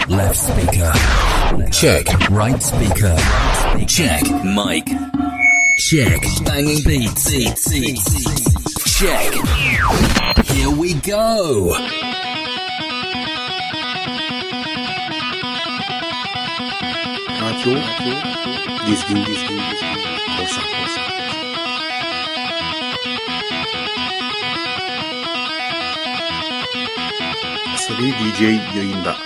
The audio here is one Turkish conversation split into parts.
Left speaker. Check. Right speaker. Check. Mic. Check. Banging beats. Check. Here we go. Radyo dizgin korsan. Asabi DJ yayında.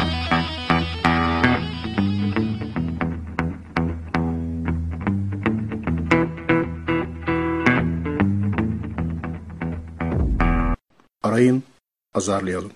Arayın, azarlayalım.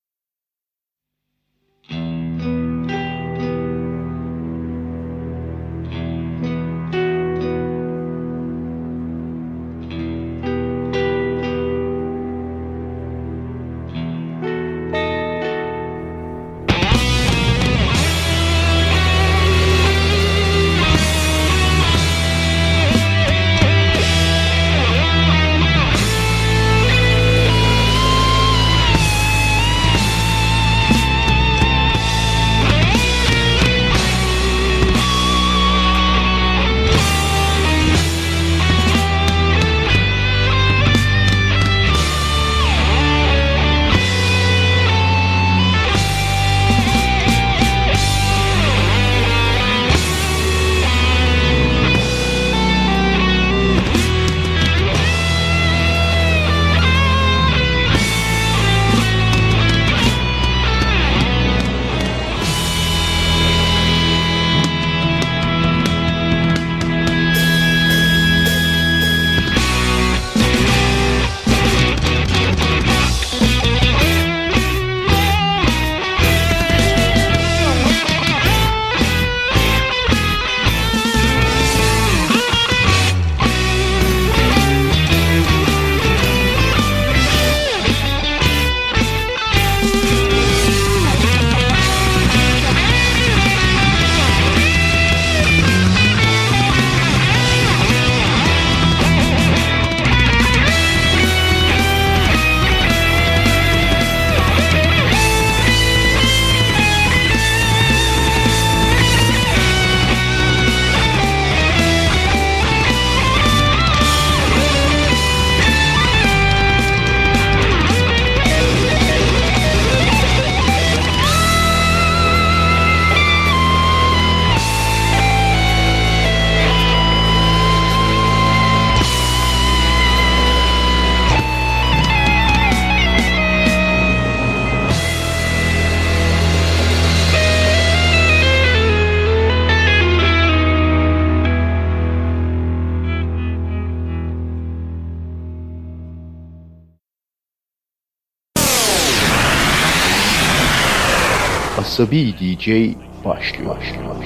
Asabi DJ başlıyor.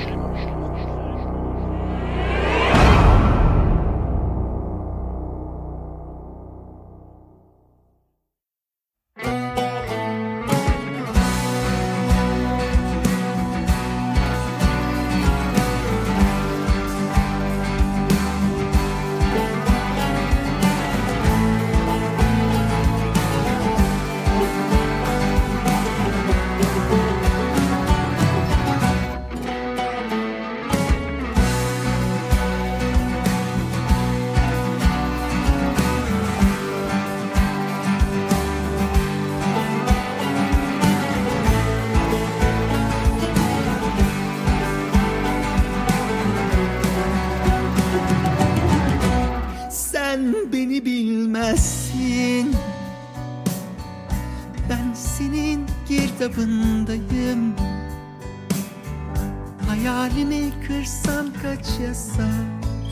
Hayalini kırsam kaç yazar.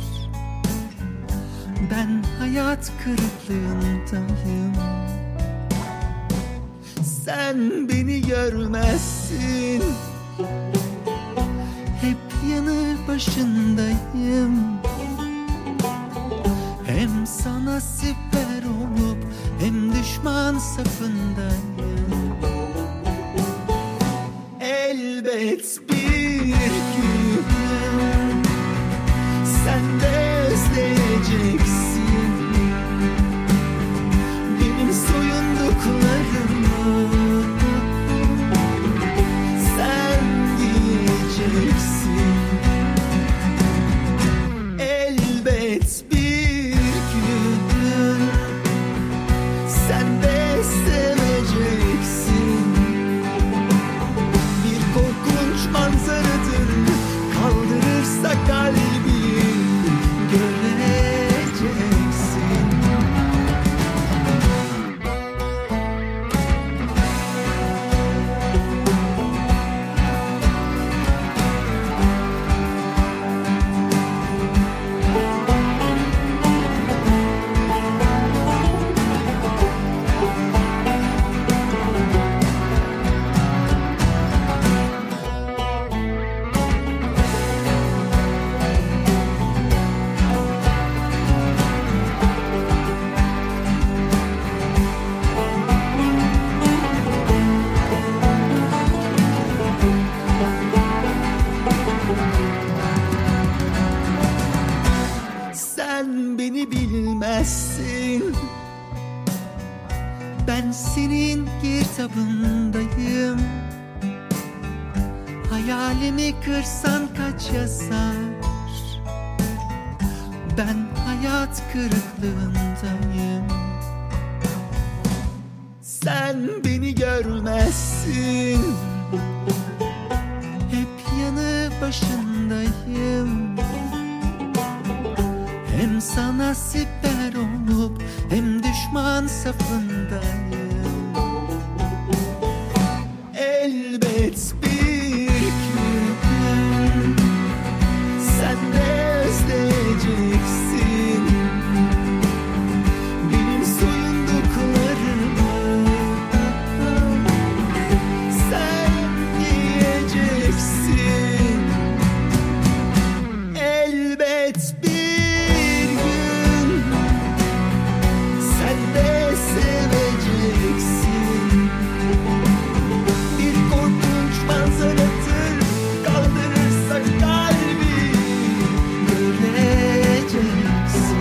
Ben hayat kırıklığındayım. Sen beni görmezsin. Hep yanı başındayım. Hem sana siper olup hem düşman safındayım. Elbet bir gün sen de özleyeceksin benim soyunduklarımı. Sen Hayalimi kırsan kaç yazar? Ben hayat kırıklığındayım. Sen beni görmezsin. Hep yanı başındayım. Hem sana siper olup hem düşman safındayım. Elbet bir gün sen de özleyeceksin benim soyunduklarımı. Sen giyeceksin elbet bir gün. Sen de seveceksin. Bir korkunç manzaradır kaldırırsa kalbi göreceksin.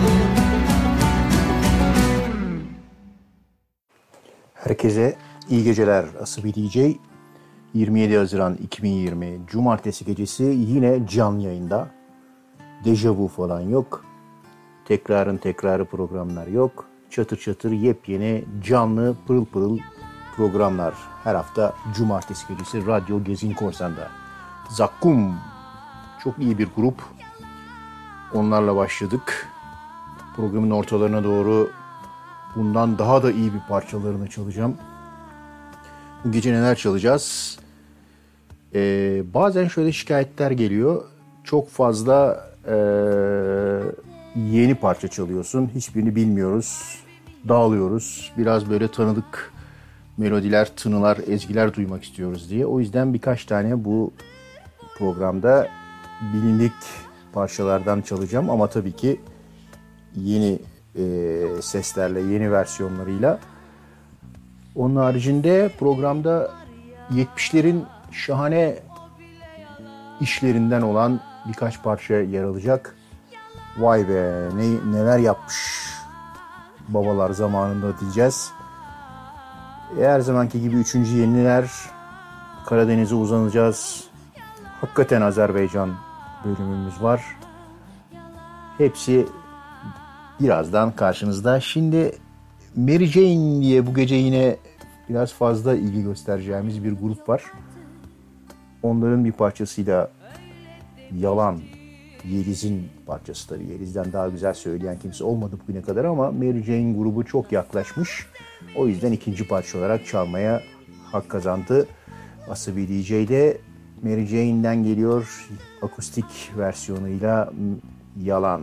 Herkese iyi geceler. Asabi DJ 27 Haziran 2020 Cumartesi gecesi yine canlı yayında. Dejavu falan yok. Tekrarın tekrarı programlar yok. Çatır çatır yepyeni canlı pırıl pırıl programlar. Her hafta Cumartesi gecesi Radyo Gezin Korsan'da. Zakkum çok iyi bir grup. Onlarla başladık. Programın ortalarına doğru bundan daha da iyi bir parçalarını çalacağım. Bu gece neler çalacağız? Bazen şöyle şikayetler geliyor. Çok fazla yeni parça çalıyorsun. Hiçbirini bilmiyoruz. Dağılıyoruz. Biraz böyle tanıdık melodiler, tınılar, ezgiler duymak istiyoruz diye. O yüzden birkaç tane bu programda bilindik parçalardan çalacağım. Ama tabii ki yeni seslerle, yeni versiyonlarıyla. Onun haricinde programda 70'lerin şahane işlerinden olan birkaç parça yer alacak. Vay be, neler yapmış babalar zamanında diyeceğiz. Her zamanki gibi 3. yeniler, Karadeniz'e uzanacağız. Hakikaten Azerbaycan bölümümüz var. Hepsi birazdan karşınızda. Şimdi Mary Jane diye bu gece yine biraz fazla ilgi göstereceğimiz bir grup var. Onların bir parçasıyla Yalan, Yeliz'in parçası tabii. Yeliz'den daha güzel söyleyen kimse olmadı bugüne kadar ama Mary Jane grubu çok yaklaşmış. O yüzden ikinci parça olarak çalmaya hak kazandı. Asabi DJ'de Mary Jane'den geliyor akustik versiyonuyla Yalan.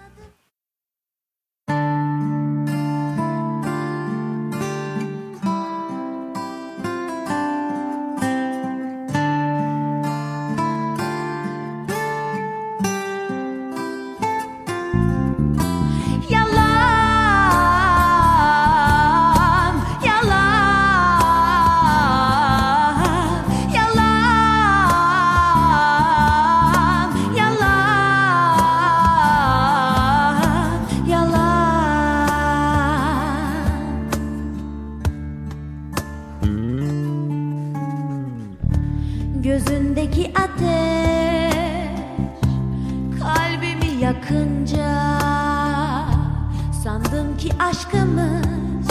Gözündeki ateş kalbimi yakınca sandım ki aşkımız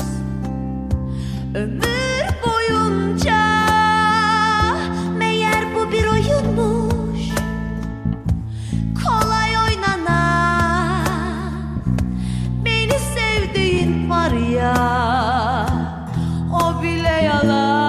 ömür boyunca. Meğer bu bir oyunmuş, kolay oynanan. Beni sevdiğin var ya, o bile yalan.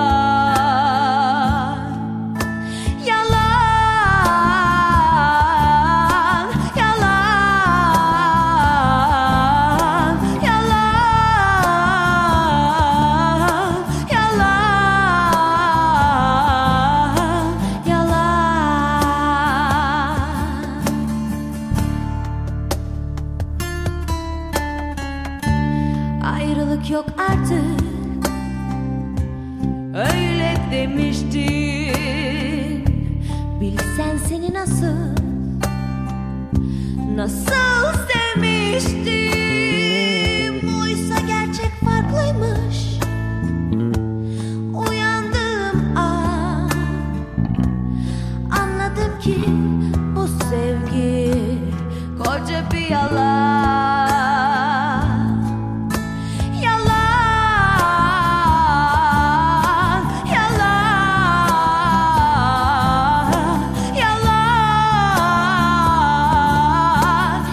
Yok artık, öyle demiştin. Bilsen seni nasıl sevmiştim. Oysa gerçek farklıymış. Uyandığım an Sanki bu sevgi koca bir yalan. Yalan, yalan, yalan,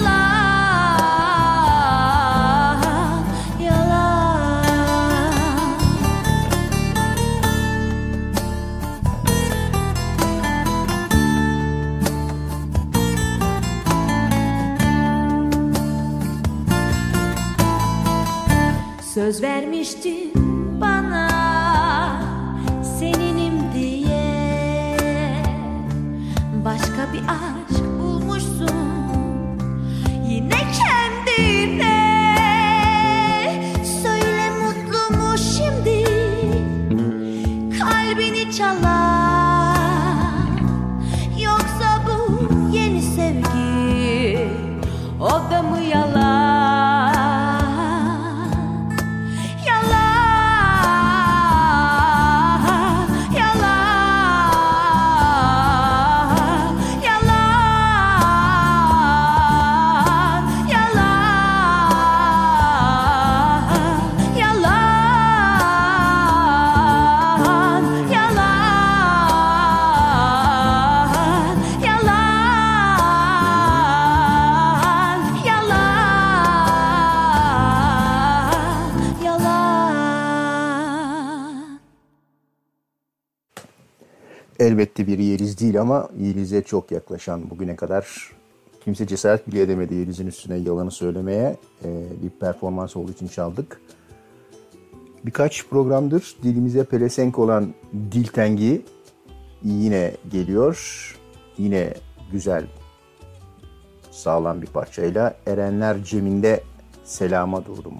yalan, yalan. Söz vermiştin bana seninim diye. Başka bir aşk bulmuşsun yine kendine. Söyle mutlu mu şimdi kalbini çalan, yoksa bu yeni sevgi o da mı yalan? Elbette bir Yeliz değil ama Yeliz'e çok yaklaşan, bugüne kadar kimse cesaret bile edemedi Yeliz'in üstüne yalanı söylemeye. Bir performans olduğu için çaldık. Birkaç programdır dilimize pelesenk olan Diltengi yine geliyor. Yine güzel, sağlam bir parçayla Erenler Cem'inde Selama Durdum.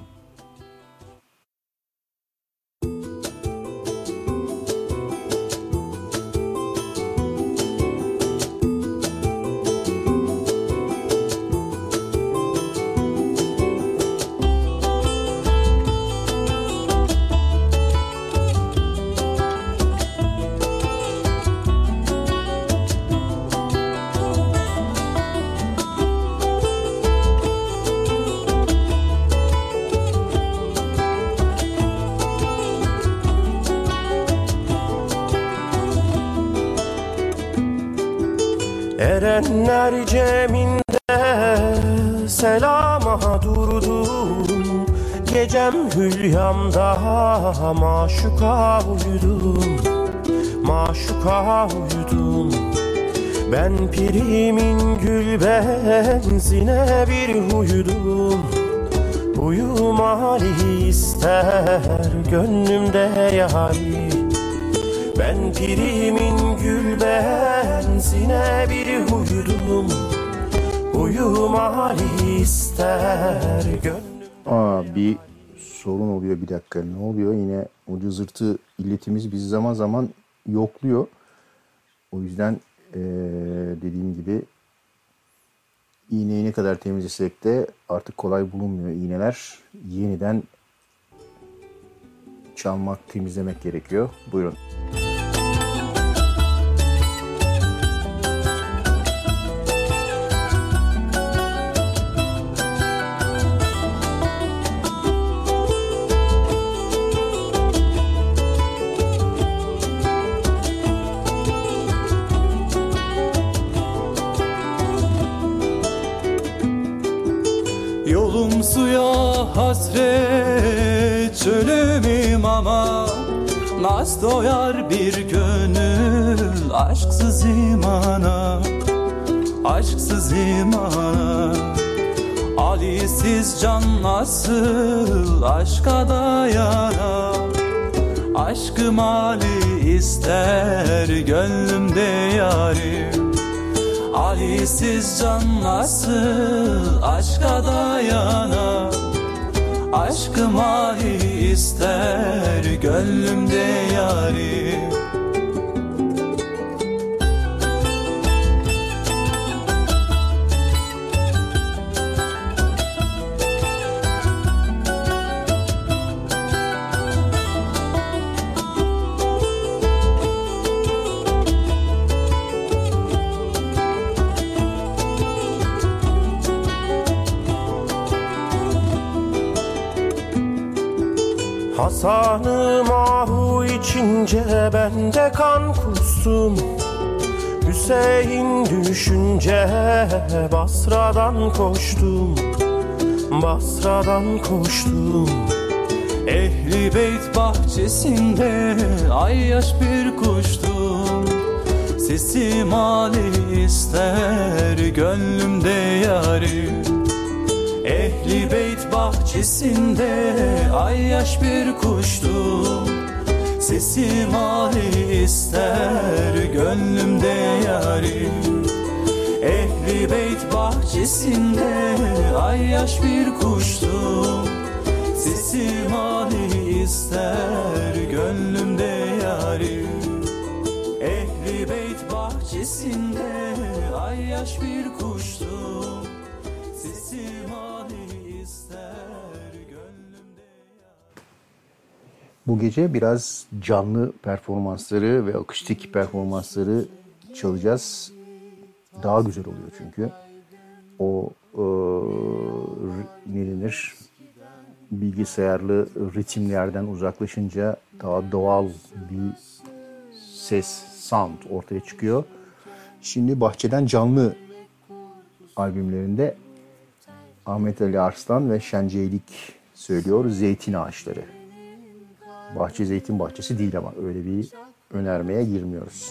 Erenler Cem'inde selama durdum. Gecem hülyamda maşuka uyudum. Maşuka uyudum. Ben pirimin gül benzine bir uyudum. Uyumali ister gönlümde yari. Ben pirimin gül benzine bir uyudum. Uyumali ister gönlüm. Bir sorun oluyor, bir dakika, ne oluyor? Yine o cızırtı illetimiz bizi zaman zaman yokluyor. O yüzden dediğim gibi iğneyi ne kadar temizlesek de artık kolay bulunmuyor iğneler. Yeniden çalmak, temizlemek gerekiyor. Buyurun. Yolum suya hasret, çölümüm ama naz doyar bir gönül aşksız imana, aşksız imana. Alisiz can nasıl aşka dayanar? Aşkım Ali ister gönlümde yarim. Alisiz can nasıl aşka dayanar? Aşkım Ali ister gönlümde yarim. Lisanı mahu içince ben de kan kustum. Hüseyin düşünce Basra'dan koştum, Basra'dan koştum. Ehli Beyt bahçesinde ayyaş bir kuştum. Sesim Ali ister gönlümde yarim. Ehli Beyt bahçesinde ayyaş bir kuştum. Sesim Ali ister gönlümde yarim. Ehli Beyt bahçesinde ayyaş bir kuştum. Sesim Ali ister gönlümde yarim. Ehli Beyt bahçesinde ayyaş bir kuştum. Sesim Ali ister gönlümde yarim. Bu gece biraz canlı performansları ve akustik performansları çalacağız. Daha güzel oluyor çünkü. O ne denir? Bilgisayarlı ritimlerden uzaklaşınca daha doğal bir ses, sound ortaya çıkıyor. Şimdi Bahçeden Canlı albümlerinde Ahmet Ali Arslan ve Şenceylik söylüyor Zeytin Ağaçları. Bahçe zeytin bahçesi değil ama öyle bir önermeye girmiyoruz.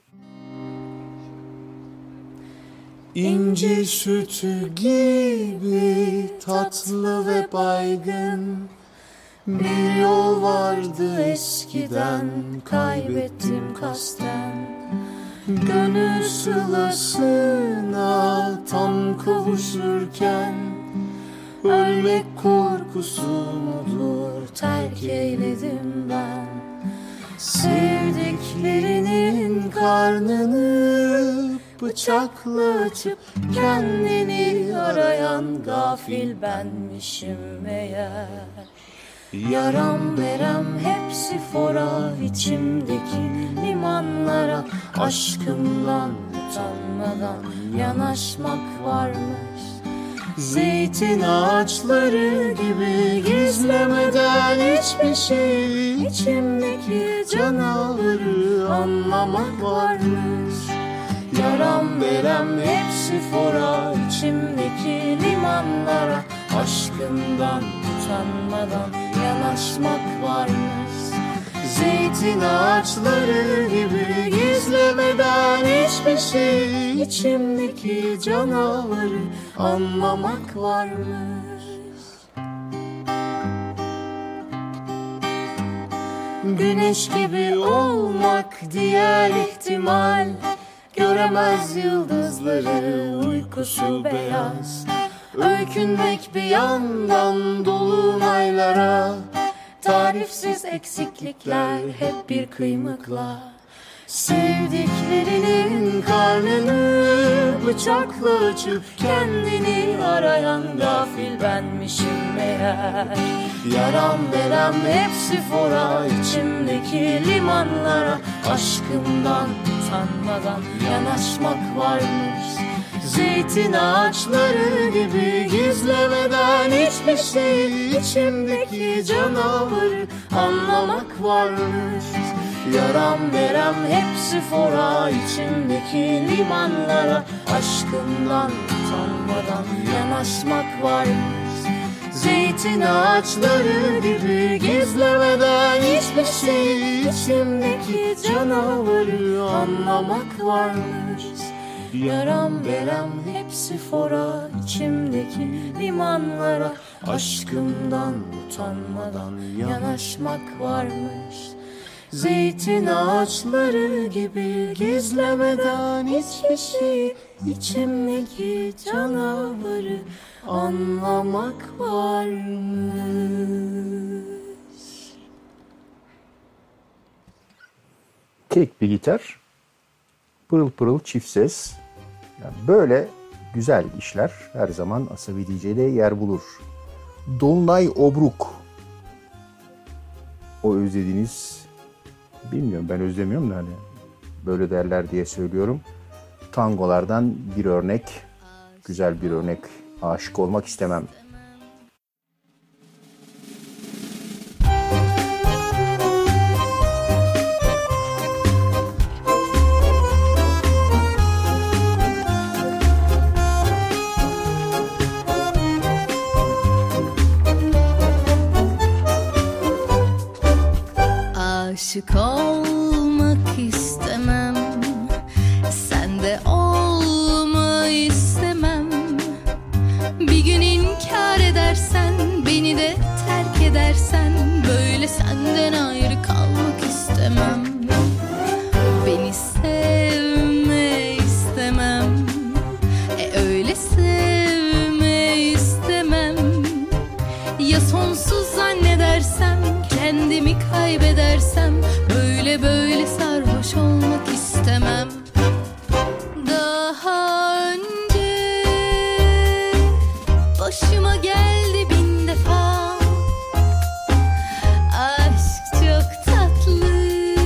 İnci sütü gibi tatlı ve baygın bir yol vardı eskiden, kaybettim kasten. Gönül sılasına tam kavuşurken ölmek korkusu mudur, terk eyledim ben. Sevdiklerinin karnını bıçakla açıp kendini arayan gafil benmişim meğer. Yaram verem hepsi fora, içimdeki limanlara aşkımdan utanmadan yanaşmak varmış. Zeytin ağaçları gibi gizlemeden hiçbir şey, içimdeki canavarı anlamak varmış. Yaram verem hepsi fora, içimdeki limanlara aşkımdan utanmadan yanaşmak varmış. Zeytin ağaçları gibi gizlemeden hiçbir şey, içimdeki canavarı anlamak varmış. Güneş gibi olmak diğer ihtimal, göremez yıldızları, uykusu beyaz. Öykünmek bir yandan dolunaylara, tarifsiz eksiklikler hep bir kıymıkla. Sevdiklerinin karnını bıçakla açıp kendini arayan gafil benmişim meğer. Yaram verem hepsi fora, içimdeki limanlara aşkımdan utanmadan yanaşmak varmış. Zeytin ağaçları gibi gizlemeden hiçbir şey, içimdeki canavarı anlamak varmış. Yaram verem hepsi fora, içimdeki limanlara aşkımdan utanmadan yanaşmak varmış. Zeytin ağaçları gibi gizlemeden hiçbir şey, içimdeki canavarı anlamak varmış. Yaram verem hepsi fora, içimdeki limanlara aşkımdan utanmadan yanaşmak varmış. Zeytin ağaçları gibi gizlemeden hiçbir şey, içimdeki canavarı anlamak varmış. Tek bir gitar, pırıl pırıl çift ses. Yani böyle güzel işler her zaman Asabi DJ'de yer bulur. Dolunay Obruk. O özlediğiniz, bilmiyorum, ben özlemiyorum da hani böyle derler diye söylüyorum. Tangolardan bir örnek, güzel bir örnek. Aşık olmak istemem. Aşık olmak istemem, sende olma istemem. Bir gün inkar edersen, beni de terk edersen, böyle senden ayrı kalmak istemem. Beni sevme istemem, öyle sevme istemem. Ya sonsuz zannedersem, kendimi kaybedersem, böyle böyle sarhoş olmak istemem. Daha önce başıma geldi 1000 defa. Aşk çok tatlı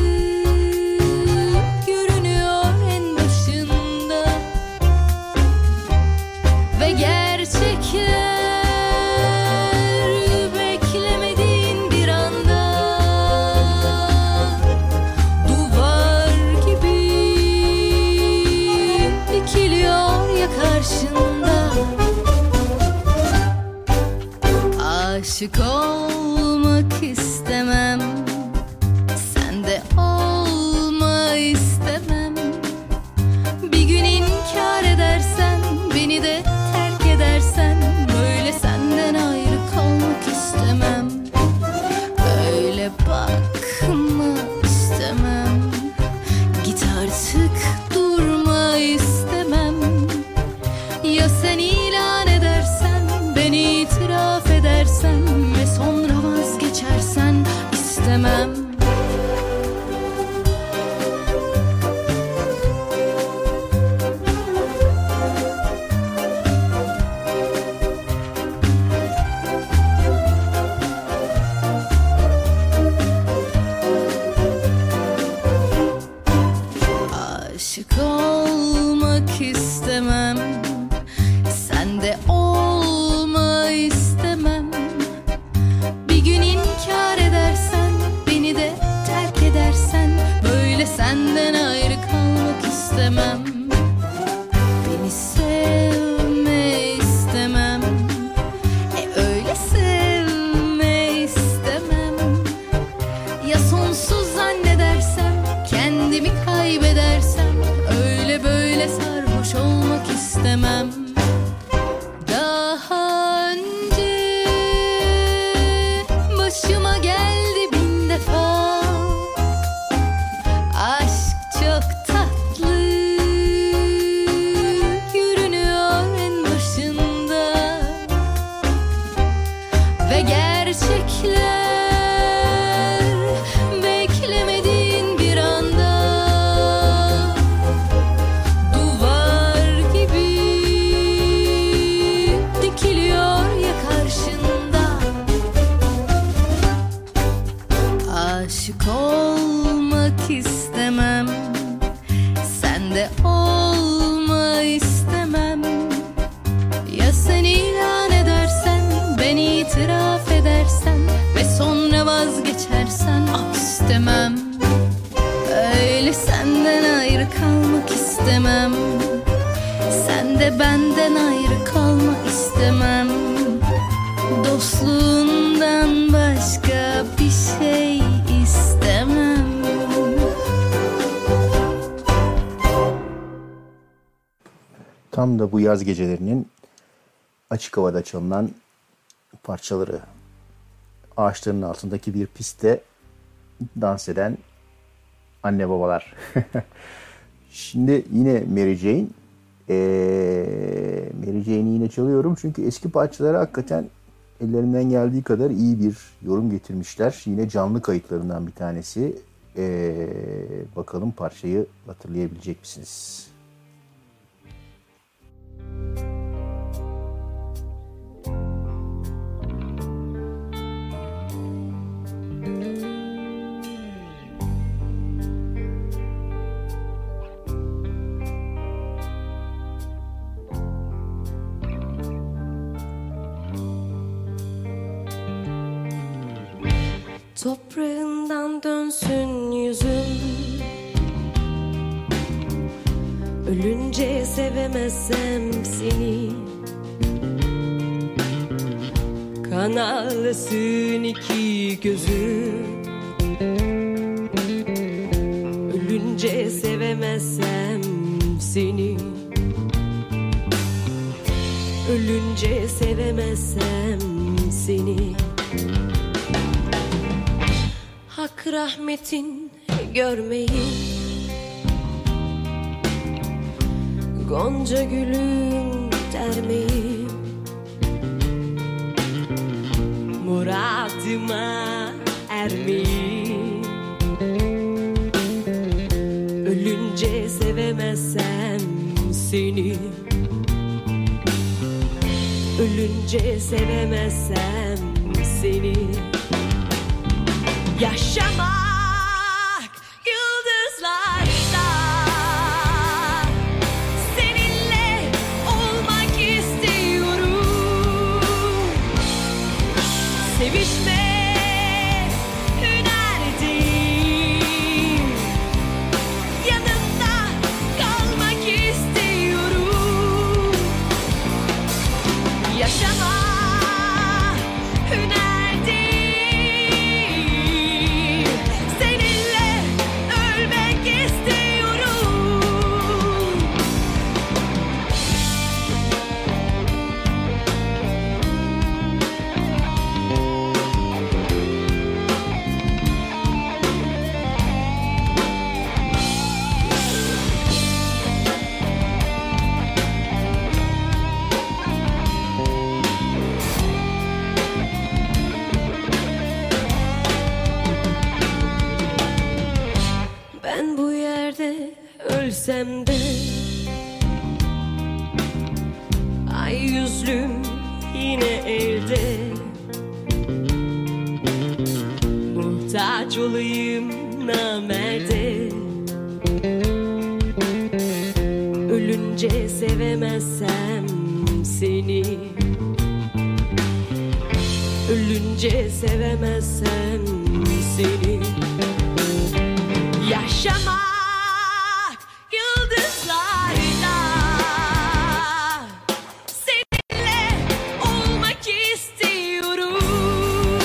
görünüyor en başında ve gerçekler beklemediğin bir anda duvar gibi dikiliyor ya karşında. Aşık olmak istemem, sende olma istemem. Bir gün inkar edersen, beni de terk edersen, böyle senden ayrı kalmak istemem. Öyle bakma istemem, git artık durma istemem. Ya sen ilan edersen, ben itiraf edersem ve sonra vazgeçersen istemem. Aşık olmak istemem, sende olma istemem. Bir gün inkar edersen, beni de terk edersen, böyle senden ayrı kalmak istemem. Beni sevme istemem, öyle sevme istemem. Ya sonsuz zannedersem, kendimi kaybedersem, öyle böyle sarhoş olmak istemem. Daha önce başıma geldi 1000 defa. Aşk çok tatlı görünüyor en başında ve gerçekler beklemediğin bir anda duvar gibi dikiliyor ya karşında. Aşık olmak istemem, sende olma istemem. Ya sen ilan edersen, ben itiraf edersem ve sonra vazgeçersen istemem. Öyle senden ayrı kalmak istemem, sen de benden ayrı kalma istemem. Dostluğundan başka bir şey istemem. Tam da bu yaz gecelerinin açık havada çalınan parçaları. Ağaçların altındaki bir pistte dans eden anne babalar. Şimdi yine Mary Jane. Mary Jane'i yine çalıyorum çünkü eski parçalara hakikaten ellerinden geldiği kadar iyi bir yorum getirmişler. Yine canlı kayıtlarından bir tanesi. Bakalım parçayı hatırlayabilecek misiniz? Toprağından dönsün yüzüm, ölünce sevemezsem seni. Kan ağlasın iki gözüm, Ölünce sevemezsem seni, ölünce sevemezsem seni. Hak rahmetin görmeyi, gonca gülüm dermeyi, muradıma ermeyi. Ölünce sevemezsem seni, ölünce sevemezsem seni. Yaşamak yıldızlarda, seninle olmak istiyorum. Sevişme hüner değil, yanında kalmak istiyorum. Yaşamak hüner değil, seninle ölmek istiyorum. Ben bu yerde ölsem de, ay yüzlüm yine elde. Muhtaç olayım namerde, ölünce sevemezsem seni, ölünce sevemezsem seni. Yaşamak yıldızlarda, seninle olmak istiyorum.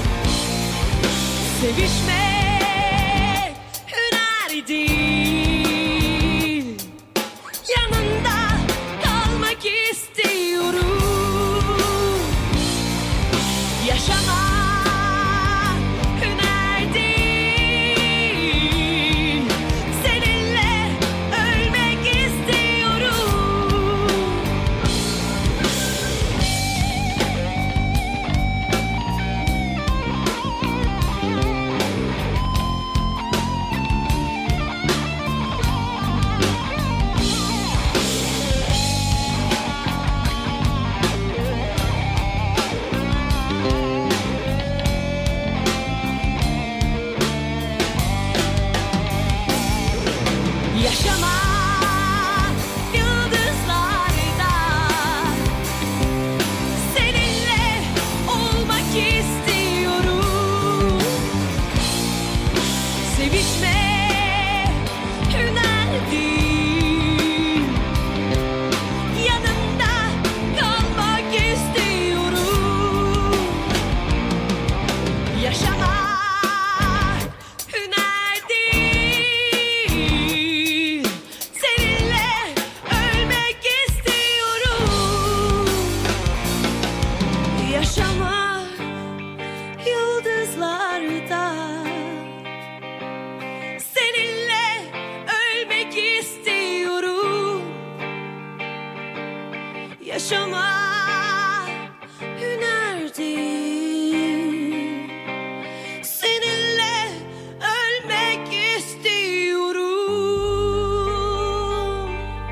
Sevişmek hüner değil, yanında kalmak istiyorum. Yaşamak hüner değil, seninle ölmek istiyorum. Yaşamak yıldızlarda, seninle olmak istiyorum. Sevişme hüner değil, yanında kalmak istiyorum. Yaşamak hüner değil, seninle ölmek istiyorum. Yaşamak yıldızlarda, seninle ölmek istiyorum. Yaşamak hüner değil, seninle ölmek istiyorum.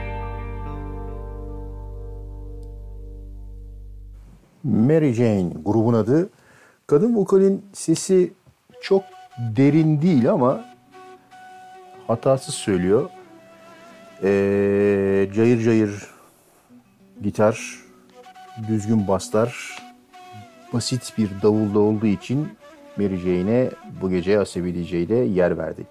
Mary Jane grubun adı. Kadın vokalin sesi çok derin değil ama hatasız söylüyor. Cayır cayır gitar, düzgün baslar, basit bir davulda olduğu için Mary Jane'e bu gece Asabi DJ'de yer verdik.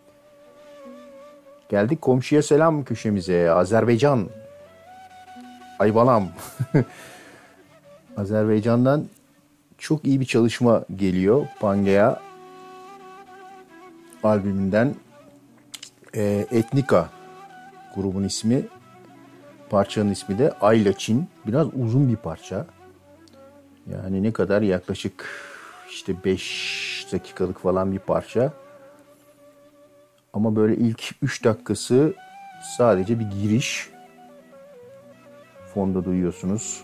Geldik komşuya selam köşemize. Azerbaycan. Aybalam. Azerbaycan'dan çok iyi bir çalışma geliyor. Pangea albümünden Etnika grubun ismi. Parçanın ismi de Ayla Çin. Biraz uzun bir parça. Yani ne kadar? Yaklaşık işte 5 dakikalık falan bir parça. Ama böyle ilk 3 dakikası sadece bir giriş. Fonda duyuyorsunuz.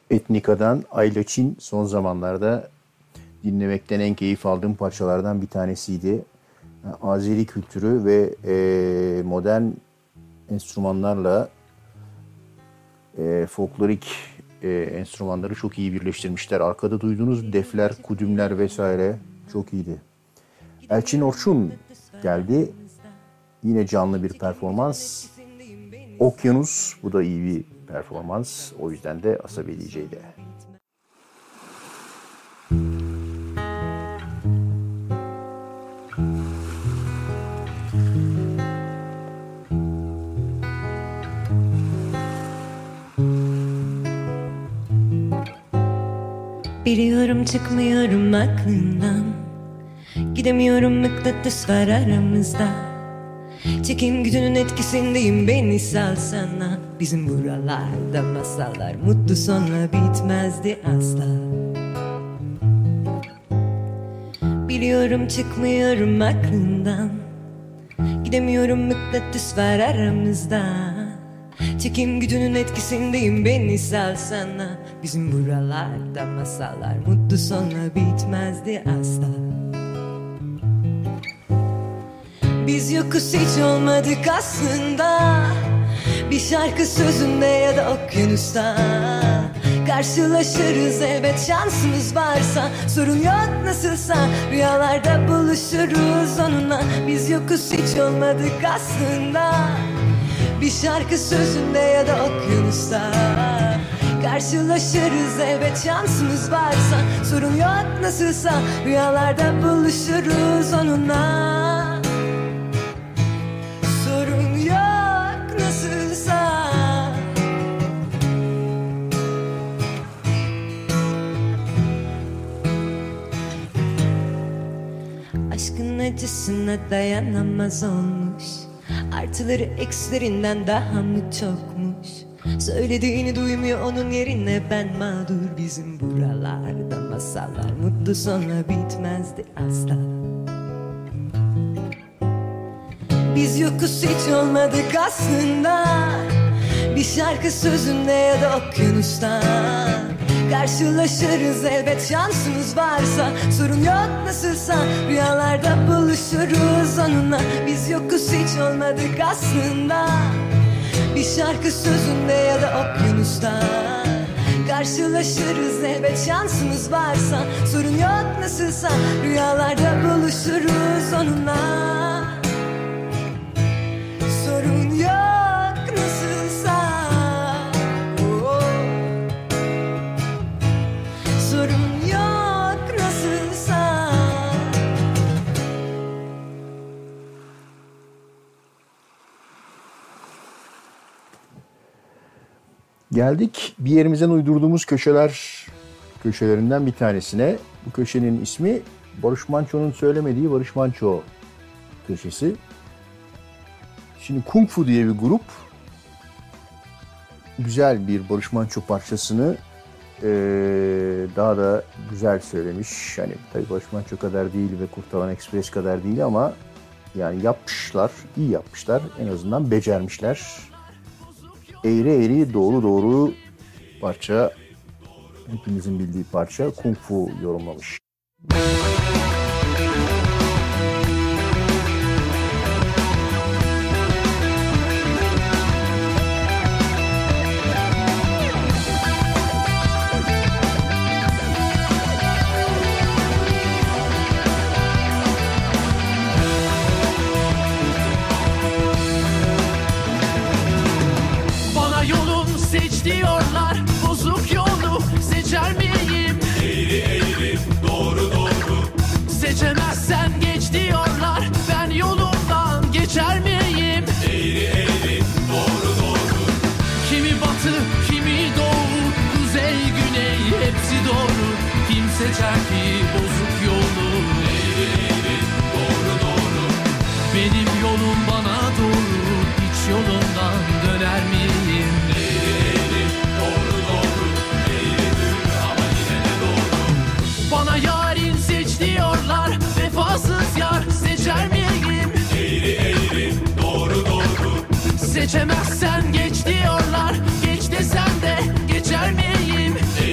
Etnika'dan Ayla Çin son zamanlarda dinlemekten en keyif aldığım parçalardan bir tanesiydi. Azeri kültürü ve modern enstrümanlarla folklorik enstrümanları çok iyi birleştirmişler. Arkada duyduğunuz defler, kudümler vesaire çok iyiydi. Elçin Orçun geldi. Yine canlı bir performans. Okyanus, bu da iyi bir performans. O yüzden de Asabi DJ'de. Biliyorum çıkmıyorum aklından, gidemiyorum mıknatıs var aramızda. Çekim gücünün etkisindeyim, beni salsana. Bizim buralarda masallar mutlu sonla bitmezdi asla. Biliyorum çıkmıyorum aklından, gidemiyorum mıknatıs var aramızda. Çekim gücünün etkisindeyim, beni salsana. Bizim buralarda masallar mutlu sonla bitmezdi asla. Biz yokuz hiç olmadık aslında, bir şarkı sözünde ya da okyanusta. Karşılaşırız elbet şansımız varsa, sorun yok nasılsa, rüyalarda buluşuruz onunla. Biz yokuz hiç olmadık aslında, bir şarkı sözünde ya da okyanusta. Karşılaşırız elbet şansımız varsa, sorun yok nasılsa, rüyalarda buluşuruz onunla. Sorun yok nasılsa. Aşkın acısına dayanamaz olmuş, artıları eksilerinden daha mı çokmuş? Söylediğini duymuyor, onun yerine ben mağdur. Bizim buralarda masallar mutlu sonla bitmezdi asla. Biz yokuz hiç olmadık aslında, bir şarkı sözünde ya da okyanusta. Karşılaşırız elbet şansımız varsa, sorun yok nasılsa, rüyalarda buluşuruz onunla. Biz yokuz hiç olmadık aslında, bir şarkı sözünde ya da okyanusta. Karşılaşırız elbet şansımız varsa, sorun yok nasılsa, rüyalarda buluşuruz onunla. Sorun yok nasılsa. Oh. Sorun yok nasılsa. Geldik bir yerimizden uydurduğumuz köşelerinden bir tanesine. Bu köşenin ismi Barış Manço'nun söylemediği Barış Manço köşesi. Şimdi Kung Fu diye bir grup güzel bir Barış Manço parçasını daha da güzel söylemiş. Hani tabii Barış Manço kadar değil ve Kurtalan Express kadar değil ama yani yapmışlar, iyi yapmışlar. En azından becermişler. Eğri eğri doğru doğru parça, hepimizin bildiği parça, Kung Fu yorumlamış. Diyorlar bozuk yolu seçer miyim? Eğri eğri doğru doğru. Seçemezsen geç diyorlar, ben yolumdan geçer miyim? Eğri eğri doğru doğru. Kimi batı kimi doğu, kuzey güney hepsi doğru. Kim seçer ki bozuk yolu? Eğri eğri doğru doğru. Benim yolum bana doğru, hiç yolumdan döner miyim? Bana yarin seç diyorlar, vefasız yar seçer miyim? Eğri eğri doğru doğru. Seçemezsen geç diyorlar, geç desem de geçer miyim?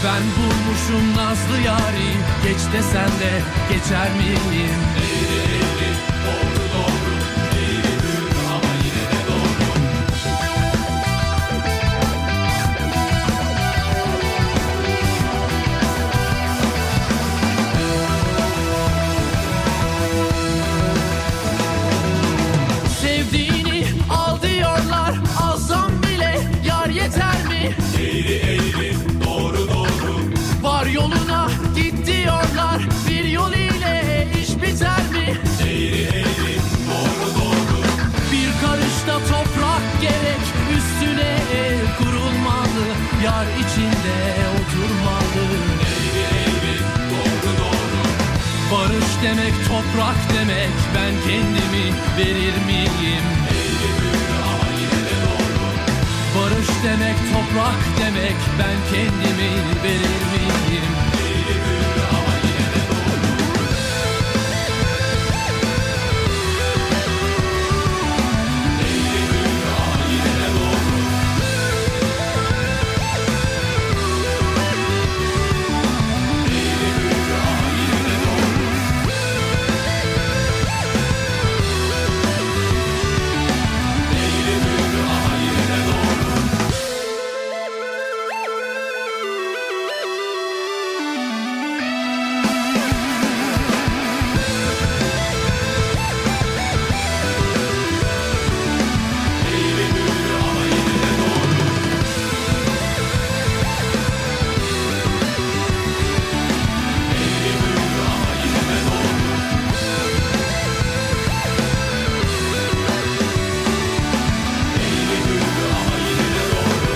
Ben bulmuşum nazlı yari, geç desen de geçer miyim? Eğri eğri, doğru doğru, eğri büyük ama yine de doğru. Sevdiğini al diyorlar, alsam bile yar yeter mi? Eğri eğri, doğru doğru. Var yoluna git diyorlar, bir yol ile iş biter mi? Eğri eğri, doğru doğru. Bir karışta toprak gerek, üstüne ev kurulmalı, yar içinde oturmalı. Eğri eğri, doğru doğru. Barış demek toprak demek, ben kendimi verir miyim? Eğri büyür ama yine de doğru. Barış demek toprak demek, ben kendimi verir miyim? Eğri büyür ama yine de doğru. Eğri büyür ama yine de doğru. Eğri büyür ama yine de doğru. Eğri büyür ama yine de doğru. Eğri büyür ama yine de doğru. Eğri büyür ama yine de doğru. Eğri büyür ama yine de doğru.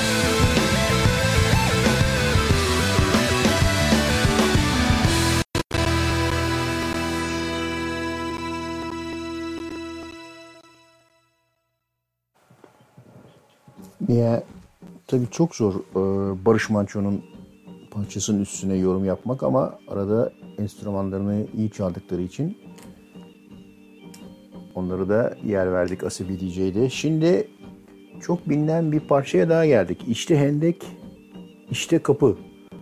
Ya tabii çok zor Barış Manço'nun parçasının üstüne yorum yapmak ama arada enstrümanlarını iyi çaldıkları için onları da yer verdik Asibi DJ'de. Şimdi çok bilinen bir parçaya daha geldik. İşte Hendek, işte Kapı.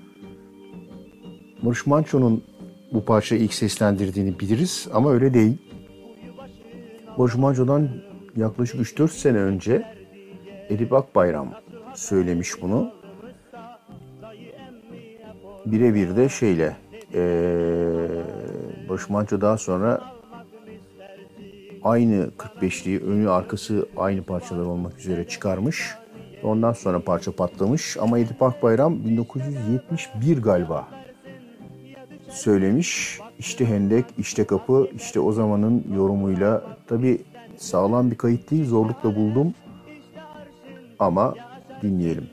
Barış Manço'nun bu parçayı ilk seslendirdiğini biliriz ama öyle değil. Barış Manço'dan yaklaşık 3-4 sene önce Edip Akbayram söylemiş bunu. Birebir de Barış Manço daha sonra aynı 45'liği, önü arkası aynı parçalar olmak üzere çıkarmış. Ondan sonra parça patlamış ama Edip Akbayram 1971 galiba söylemiş. İşte Hendek, işte Kapı, işte o zamanın yorumuyla. Tabii sağlam bir kayıt değil, zorlukla buldum. Ama dinleyelim.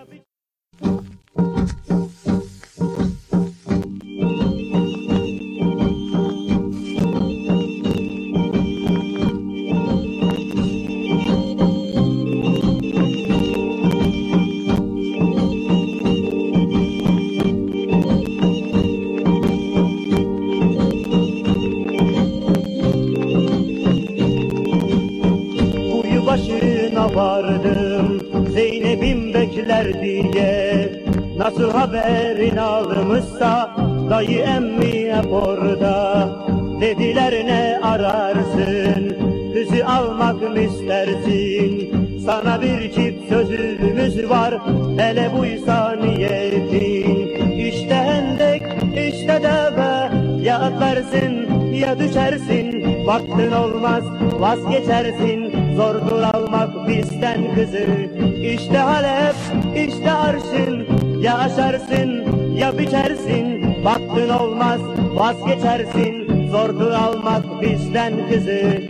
Kuyu başına vardım, Zeynep'im bekler diye. Nasıl haberin almışsa dayı emmi hep orada. Dediler ne ararsın, kızı almak mı istersin? Sana bir çift sözümüz var, hele buysa niyetin. İşte hendek, işte deve, ya atlarsın ya düşersin. Baktın olmaz vazgeçersin, zordur almak bizden kızı. İşte Halep, işte arşın, ya aşarsın ya biçersin. Baktın olmaz vazgeçersin, zordur almak bizden kızı.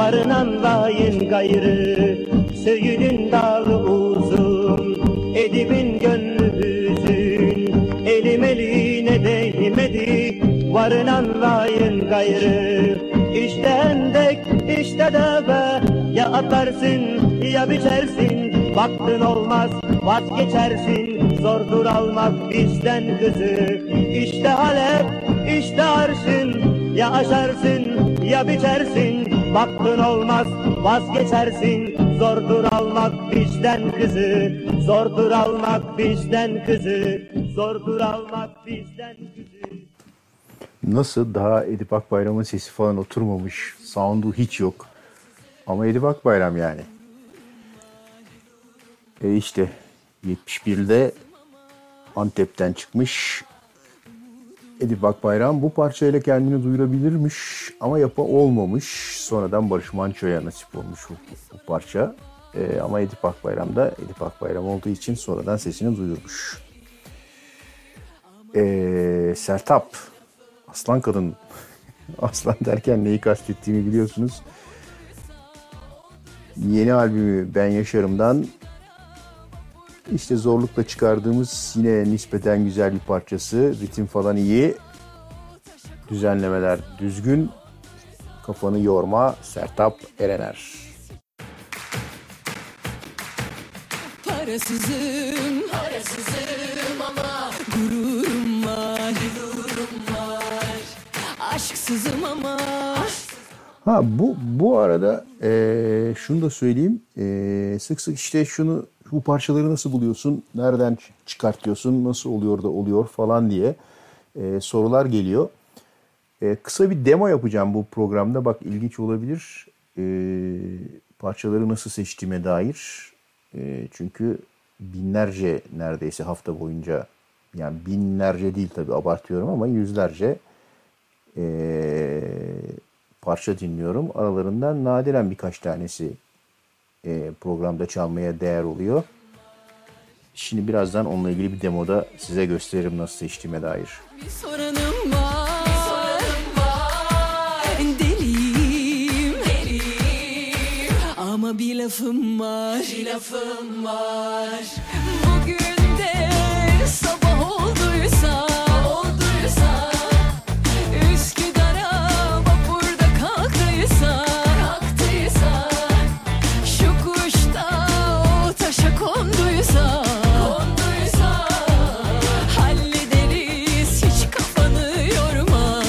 varın anlayın gayrı. Söğüdün dalı uzun, edibin gönlü hüzün. Elim eline değmedi, varın anlayın gayrı. İşte hendek, işte deve, ya atarsın ya biçersin. Vaktin olmaz, vazgeçersin, zordur almak bizden kızı. İşte Halep, işte arşın, ya aşarsın ya biçersin. Vaktin olmaz, vazgeçersin, zordur almak bizden kızı. Zordur almak bizden kızı, zordur almak bizden kızı. Nasıl, daha Edip Akbayram'ın sesi falan oturmamış, sound'u hiç yok. Ama Edip Akbayram yani. İşte 71'de Antep'ten çıkmış Edip Akbayram bu parçayla kendini duyurabilirmiş ama olmamış. Sonradan Barış Manço'ya nasip olmuş bu parça. Ama Edip Akbayram da Edip Akbayram olduğu için sonradan sesini duyurmuş. Sertab, Aslan Kadın. Aslan derken neyi kastettiğimi biliyorsunuz. Yeni albümü Ben Yaşarım'dan işte zorlukla çıkardığımız yine nispeten güzel bir parçası. Ritim falan iyi. Düzenlemeler düzgün. Kafanı yorma. Sertab Erener. Parasızım ama gururum var. Aşksızım ama. Ha bu arada şunu da söyleyeyim. Sık sık işte bu parçaları nasıl buluyorsun? Nereden çıkartıyorsun? Nasıl oluyor da oluyor falan diye sorular geliyor. Kısa bir demo yapacağım bu programda. Bak ilginç olabilir. Parçaları nasıl seçtiğime dair. Çünkü binlerce neredeyse hafta boyunca, yani binlerce değil tabii abartıyorum ama yüzlerce parça dinliyorum. Aralarından nadiren birkaç tanesi programda çalmaya değer oluyor. Şimdi birazdan onunla ilgili bir demoda size gösteririm nasıl seçtiğime dair. Bir sorunum var. Deliyim. Ama bir lafım var. Bugün de sabah olduysa Üsküdar'a vapurda kalktıysa şu kuş da o taşa konduysa hallederiz, hiç kafanı yorma.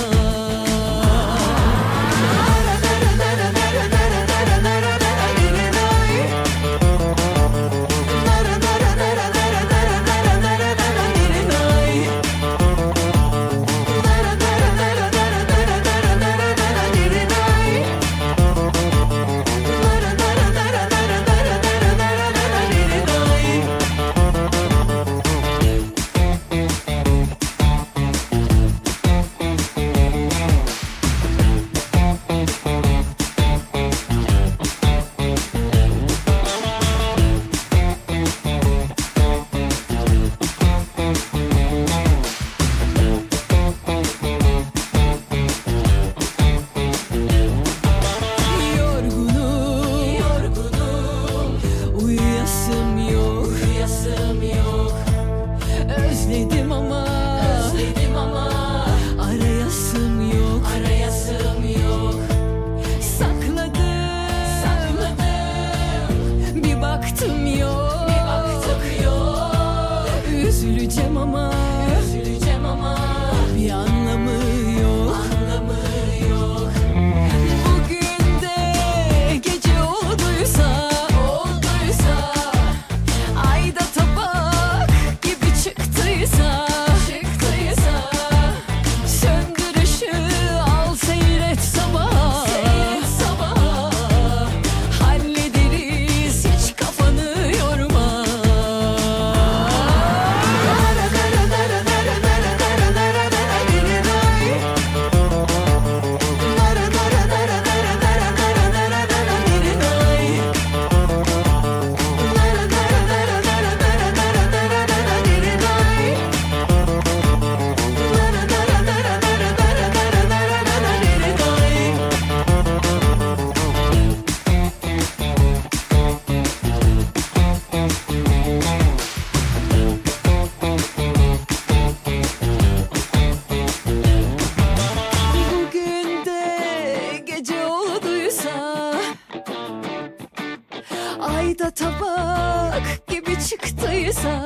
da tabak gibi çıktıysa,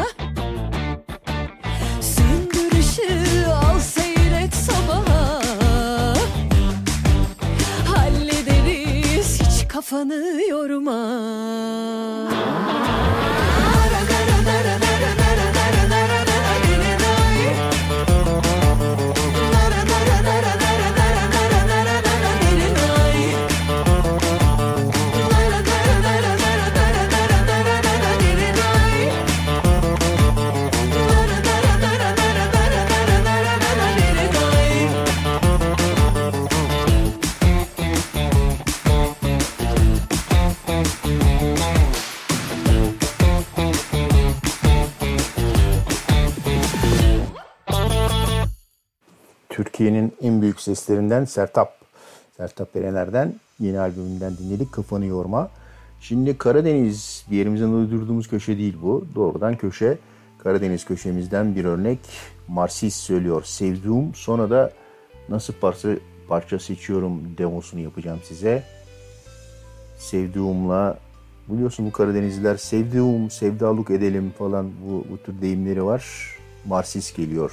söndür ışığı, al seyret sabaha. Hallederiz, hiç kafanı yorma. Türkiye'nin en büyük seslerinden Sertab Erener'den yeni albümünden dinledik. Kafanı yorma. Şimdi Karadeniz, bir yerimizden uydurduğumuz köşe değil bu. Doğrudan köşe. Karadeniz köşemizden bir örnek. Marsis söylüyor. Sevduğum. Sonra da nasıl parça seçiyorum demosunu yapacağım size. Sevduğumla, biliyorsun bu Karadenizliler sevduğum, sevdalık edelim falan bu tür deyimleri var. Marsis geliyor.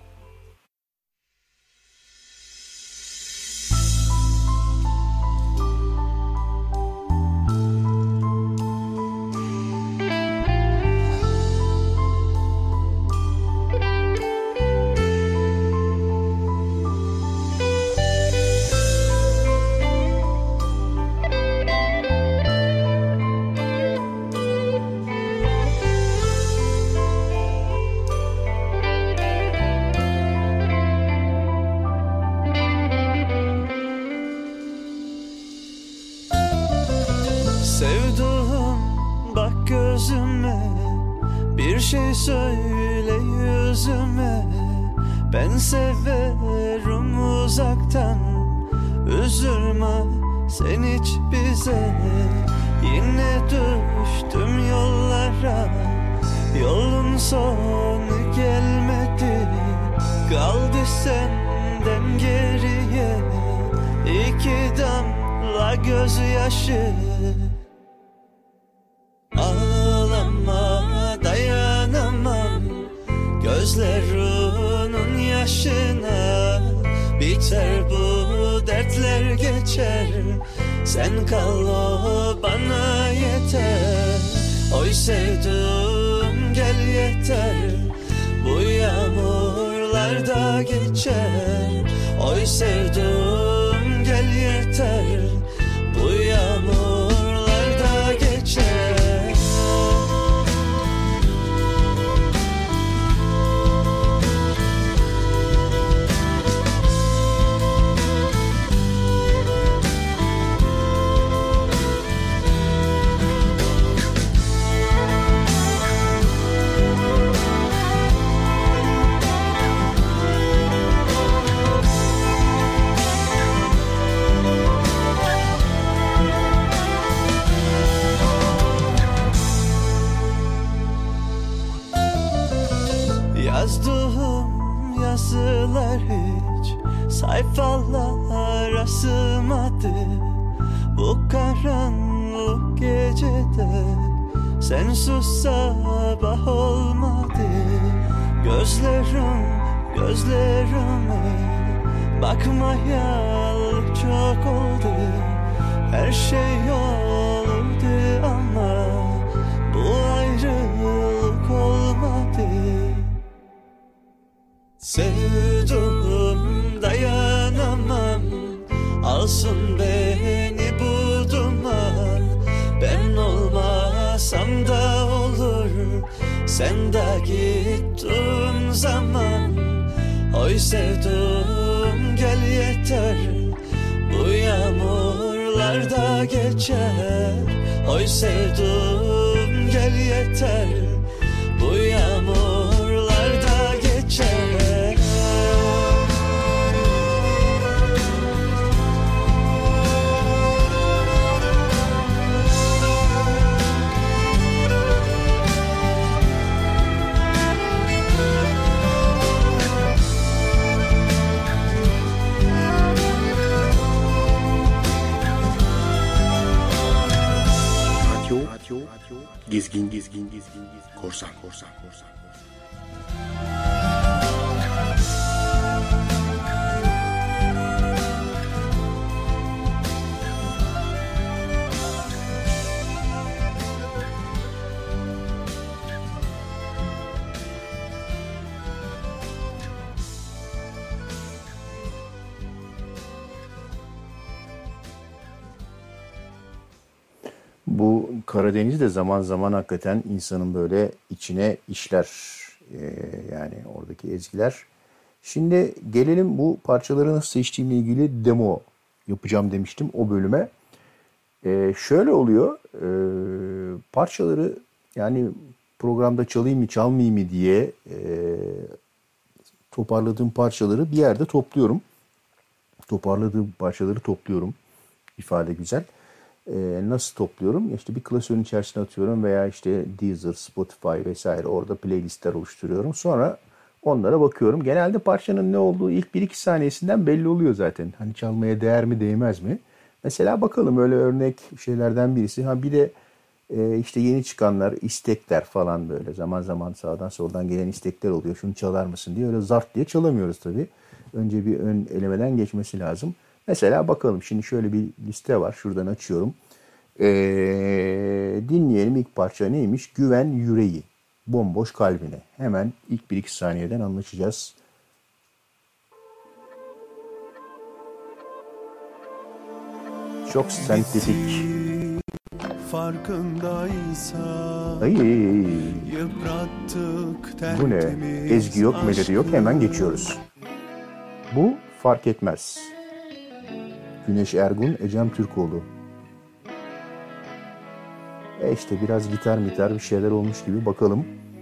Sevduğum, bak gözüme, bir şey söyle yüzüme. Ben severim uzaktan, üzülme sen hiç bize. Yine düştüm yollara, yolun sonu gelmedi. Kaldı senden geriye iki damla gözyaşı. Ağlama, dayanamam gözlerinin yaşına. Biter bu dertler, geçer, sen kal o bana yeter. Oy sevdum gel yeter, bu yağmurlar da geçer. Oy sevdum gel yeter, bu yağmurlar da geçer. Yazdığım yazılar hiç sayfalara sığmadı. Bu karanlık gecede sensiz sabah olmadı. Gözlerime bakmayalı çok oldu. Her şey oldu ama bu ayrılık olmadı. Sevduğum dayanamam, alsın beni bu duman. Ben olmasam da olur, sen de gittin zaman. Oy sevduğum gel yeter, bu yağmurlar da geçer. Oy sevduğum gel yeter, bu yağmurlar da geçer. gezgin, korsan. Bu Karadeniz de zaman zaman hakikaten insanın böyle içine işler. Yani oradaki ezgiler. Şimdi gelelim bu parçaları nasıl seçtiğimle ilgili demo yapacağım demiştim o bölüme. Şöyle oluyor. Parçaları yani programda çalayım mı çalmayayım mı diye toparladığım parçaları bir yerde topluyorum. Toparladığım parçaları topluyorum. İfade güzel. Nasıl topluyorum? İşte bir klasörün içerisine atıyorum veya işte Deezer, Spotify vesaire orada playlistler oluşturuyorum. Sonra onlara bakıyorum. Genelde parçanın ne olduğu ilk 1-2 saniyesinden belli oluyor zaten. Hani çalmaya değer mi değmez mi? Mesela bakalım öyle örnek şeylerden birisi. Ha bir de işte yeni çıkanlar, istekler falan böyle zaman zaman sağdan soldan gelen istekler oluyor. Şunu çalar mısın diye öyle zart diye çalamıyoruz tabii. Önce bir ön elemeden geçmesi lazım. Mesela bakalım şimdi şöyle bir liste var. Şuradan açıyorum. Dinleyelim ilk parça neymiş? Güven yüreği. Bomboş kalbine. Hemen ilk 1-2 saniyeden anlaşacağız. Çok sentetik. Farkındaysa yıprattık. Bu ne? Ezgi yok, melodi yok. Hemen geçiyoruz. Bu fark etmez. Güneş Ergun, Ecem Türkoğlu. İşte biraz gitar bir şeyler olmuş gibi bakalım.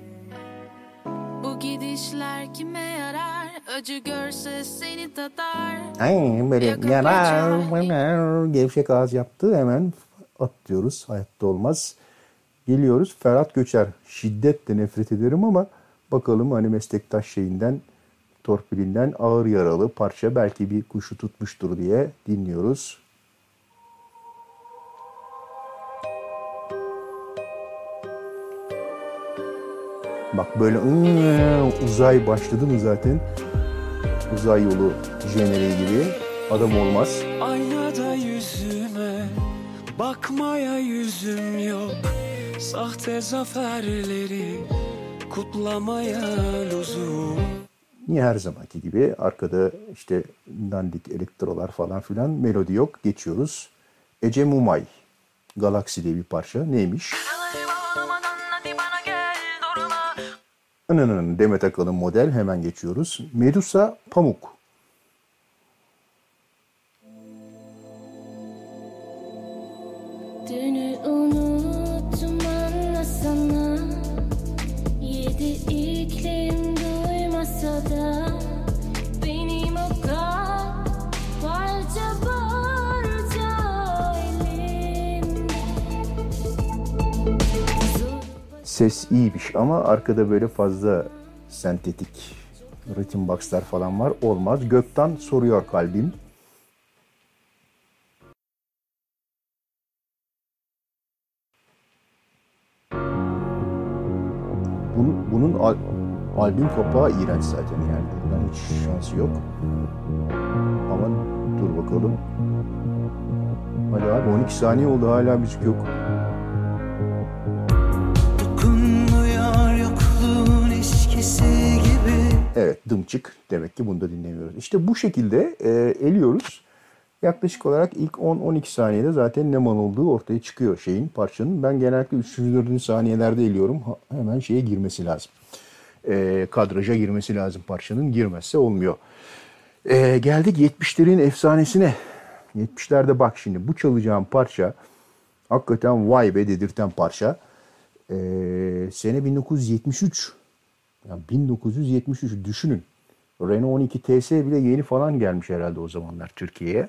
Bu gidişler kime yarar? Acı görse seni tatar. Ay böyle yarar, gevşek ağız yaptı hemen at diyoruz. Hayatta olmaz. Geliyoruz Ferhat Göçer. Şiddetle nefret ederim ama bakalım hani meslektaş şeyinden, torpilinden ağır yaralı parça belki bir kuşu tutmuştur diye dinliyoruz. Bak böyle uzay başladı mı zaten? Uzay yolu jeneriği gibi adam olmaz. Aynada yüzüme bakmaya yüzüm yok. Sahte zaferleri kutlamaya lüzum. Niye her zamanki gibi arkada işte dandik elektrolar falan filan melodi yok. Geçiyoruz. Ecem Umay. Galaksi diye bir parça. Neymiş? Demet Akalın model. Hemen geçiyoruz. Medusa Pamuk. Dünü unuttum anlasana. 7 iklim duymasa da benim o kalp parça parça elimde. Ses iyiymiş ama arkada böyle fazla sentetik ritim box'lar falan var. Olmaz. Gökten soruyor kalbim. Bunun albüm kapağı iğrenç zaten yani. Buradan hiç şansı yok. Ama dur bakalım. Hadi abi 12 saniye oldu hala müzik yok. Dokunmuyor yokluğun eskisi gibi. Evet dımçık demek ki bunu da dinlemiyoruz. İşte bu şekilde eliyoruz. Yaklaşık olarak ilk 10-12 saniyede zaten ne mal olduğu ortaya çıkıyor parçanın. Ben genellikle 3. 4. saniyelerde eliyorum. Hemen şeye girmesi lazım. Kadraja girmesi lazım parçanın. Girmezse olmuyor. Geldik 70'lerin efsanesine. 70'lerde bak şimdi bu çalacağım parça hakikaten vay be dedirten parça. Sene 1973. Yani 1973 düşünün. Renault 12 TS bile yeni falan gelmiş herhalde o zamanlar Türkiye'ye.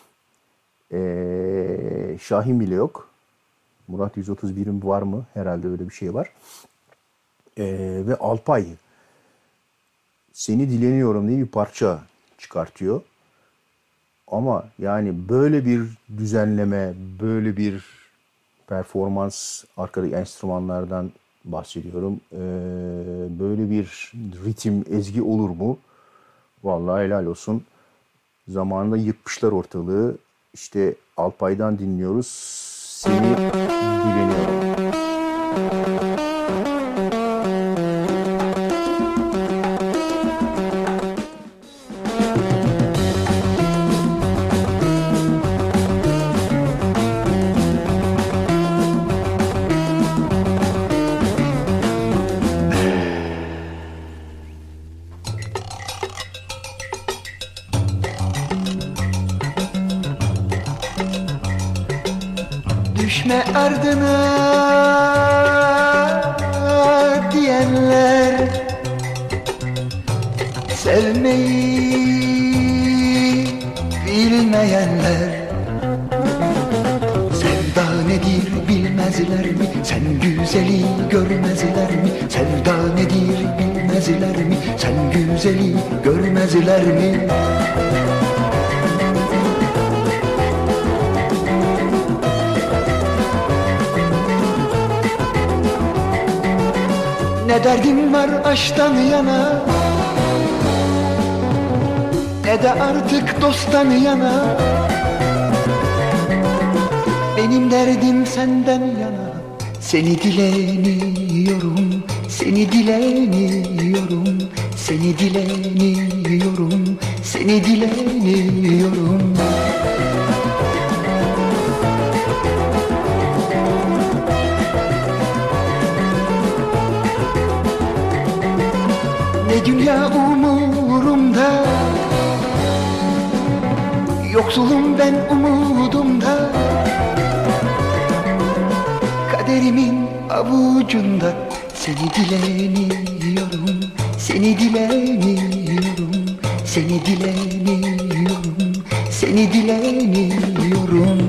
Şahin bile yok. Murat 131'in var mı? Herhalde öyle bir şey var. Ve Alpay Seni Dileniyorum diye bir parça çıkartıyor. Ama yani böyle bir düzenleme, böyle bir performans, arkadaki enstrümanlardan bahsediyorum. Böyle bir ritim, ezgi olur mu? Vallahi helal olsun. Zamanında yıkmışlar ortalığı. İşte Alpay'dan dinliyoruz. Seni dileniyorum. Düşme ardına diyenler, sevmeyi bilmeyenler, sevda nedir bilmezler mi? Sen güzeli görmezler mi? Sevda nedir bilmezler mi? Sen güzeli görmezler mi? Ne derdim var aşktan yana, ne de artık dosttan yana. Benim derdim senden yana. Seni dileniyorum, seni dileniyorum, seni dileniyorum, seni dileniyorum. Ne dünya umurumda, yoksulum ben umudumda. Kaderimin avucunda. Seni dileniyorum, seni dileniyorum, seni dileniyorum, seni dileniyorum.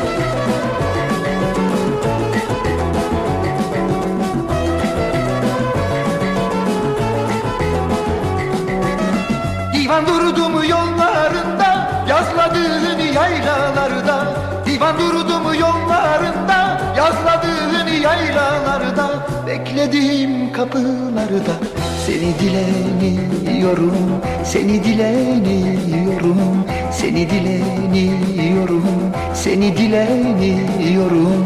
Divan durdum yollarında, yazladığın yaylalarda. Divan durdum yollarında, yazladığın yaylalarda. Beklediğim kapılarda. Seni dileniyorum, seni dileniyorum, seni dileniyorum, seni dileniyorum.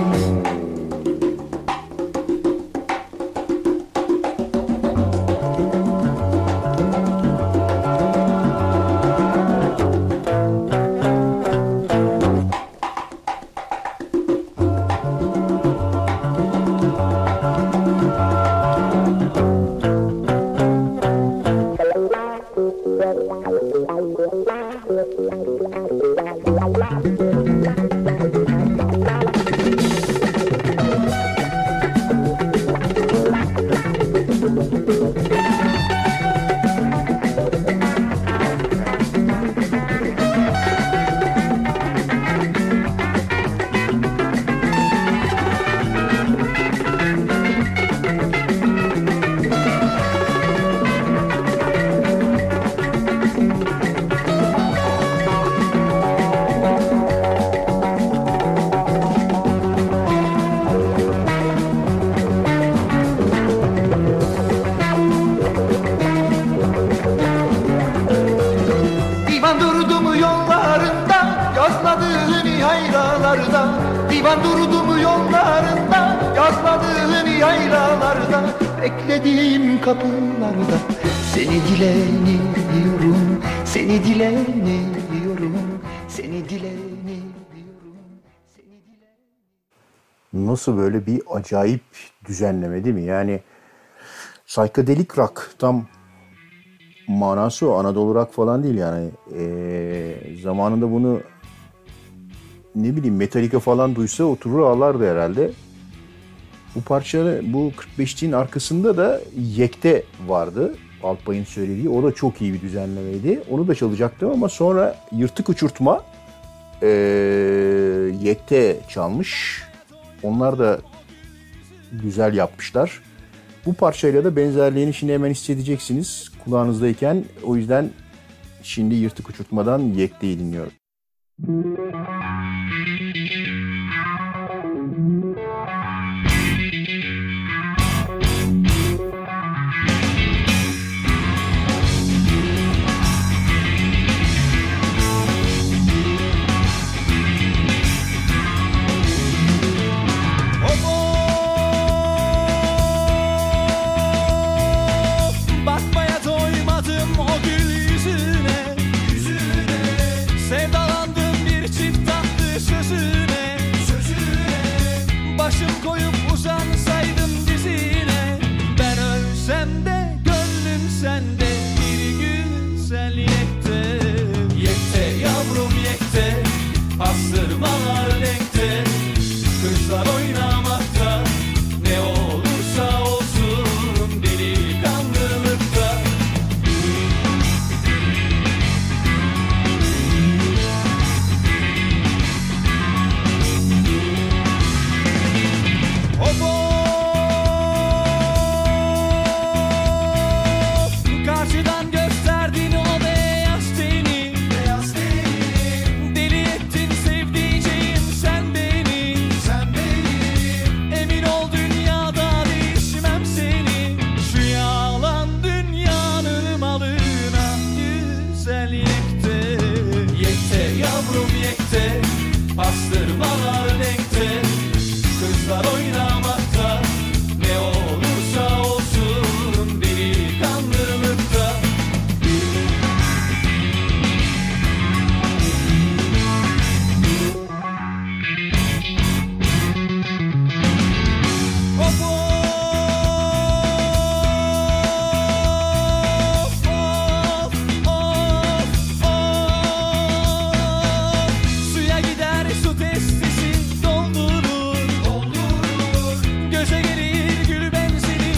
Divan durdum yollarında, yazmadığın yaylalarda, beklediğim kapılarda. Seni dileniyorum, seni dileniyorum, seni dileniyorum, seni dileniyorum. Nasıl böyle bir acayip düzenleme değil mi? Yani psychedelic rock tam manası o. Anadolu rock falan değil yani. Zamanında bunu ne bileyim Metallica falan duysa oturur ağlardı herhalde. Bu parça, bu 45'liğin arkasında da Yekte vardı. Alpay'ın söylediği. O da çok iyi bir düzenlemeydi. Onu da çalacaktım ama sonra Yırtık Uçurtma Yekte çalmış. Onlar da güzel yapmışlar. Bu parçayla da benzerliğini şimdi hemen hissedeceksiniz kulağınızdayken. O yüzden şimdi Yırtık Uçurtma'dan Yekte'yi dinliyorum. yekte, pastırmalar denkte, kızlar oynamakta, ne olursa olsun delikanlılıkta. Suya gider su testisi doldurur, göze gelir gül benzini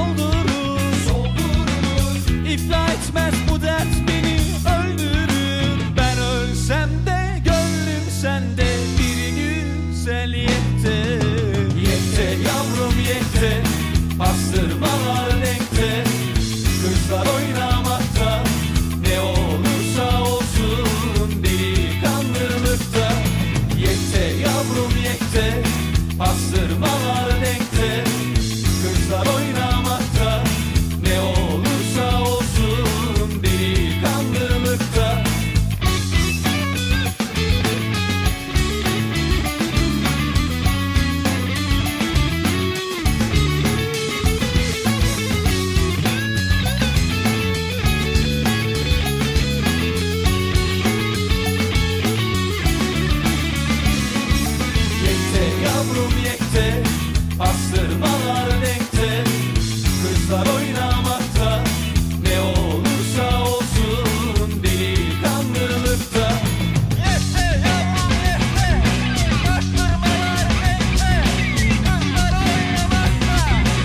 soldurur, İflah etmez bu dert beni öldürür. Ben ölsem de gönlüm sende bir güzel yekte. Yekte yavrum yekte, pastırmalar denkte, kızlar oynamakta, ne olursa olsun delikanlılıkta. Yekte yavrum yekte, pastırmalar denkte, kızlar oynamakta, ne olursa olsun delikanlılıkta. Yekte yavrum yekte, pastırmalar denkte, kızlar oynamakta, ne olursa olsun delikanlılıkta. Yekte yavrum yekte, pastırmalar denkte, kızlar oynamakta,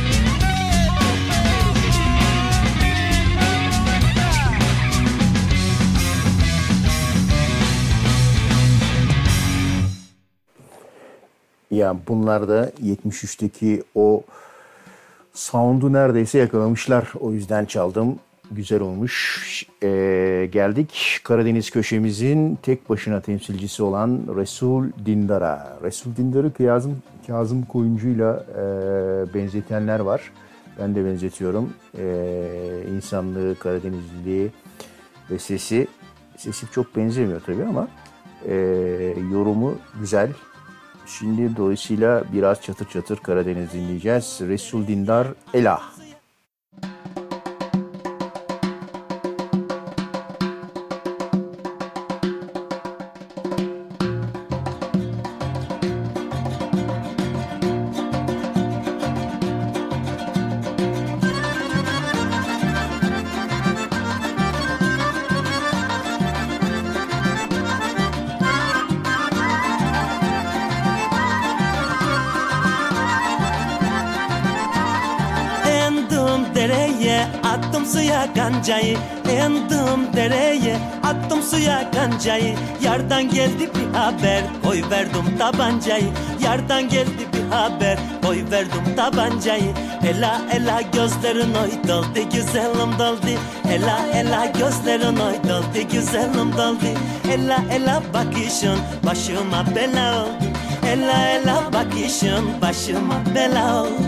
Ya bunlar da 73'teki o sound'u neredeyse yakalamışlar. O yüzden çaldım. Güzel olmuş. Geldik Karadeniz köşemizin tek başına temsilcisi olan Resul Dindar'a. Resul Dindar'ı Kazım Koyuncu'yla benzetenler var. Ben de benzetiyorum. İnsanlığı, Karadenizliliği ve sesi çok benzemiyor tabii ama yorumu güzel. Şimdi dolayısıyla biraz çatır çatır Karadeniz dinleyeceğiz. Resul Dindar, Ela. Attım suya kancayı, indim dereye, attım suya kancayı. Yardan geldi bir haber, koy verdim tabancayı. Yardan geldi bir haber, koy verdim tabancayı. Ela ela gözlerin oy doldu, güzelim doldu. Ela ela gözlerin oy doldu, güzelim doldu. Ela ela bakışın başıma bela oldu. Ela ela bakışın başıma bela oldu.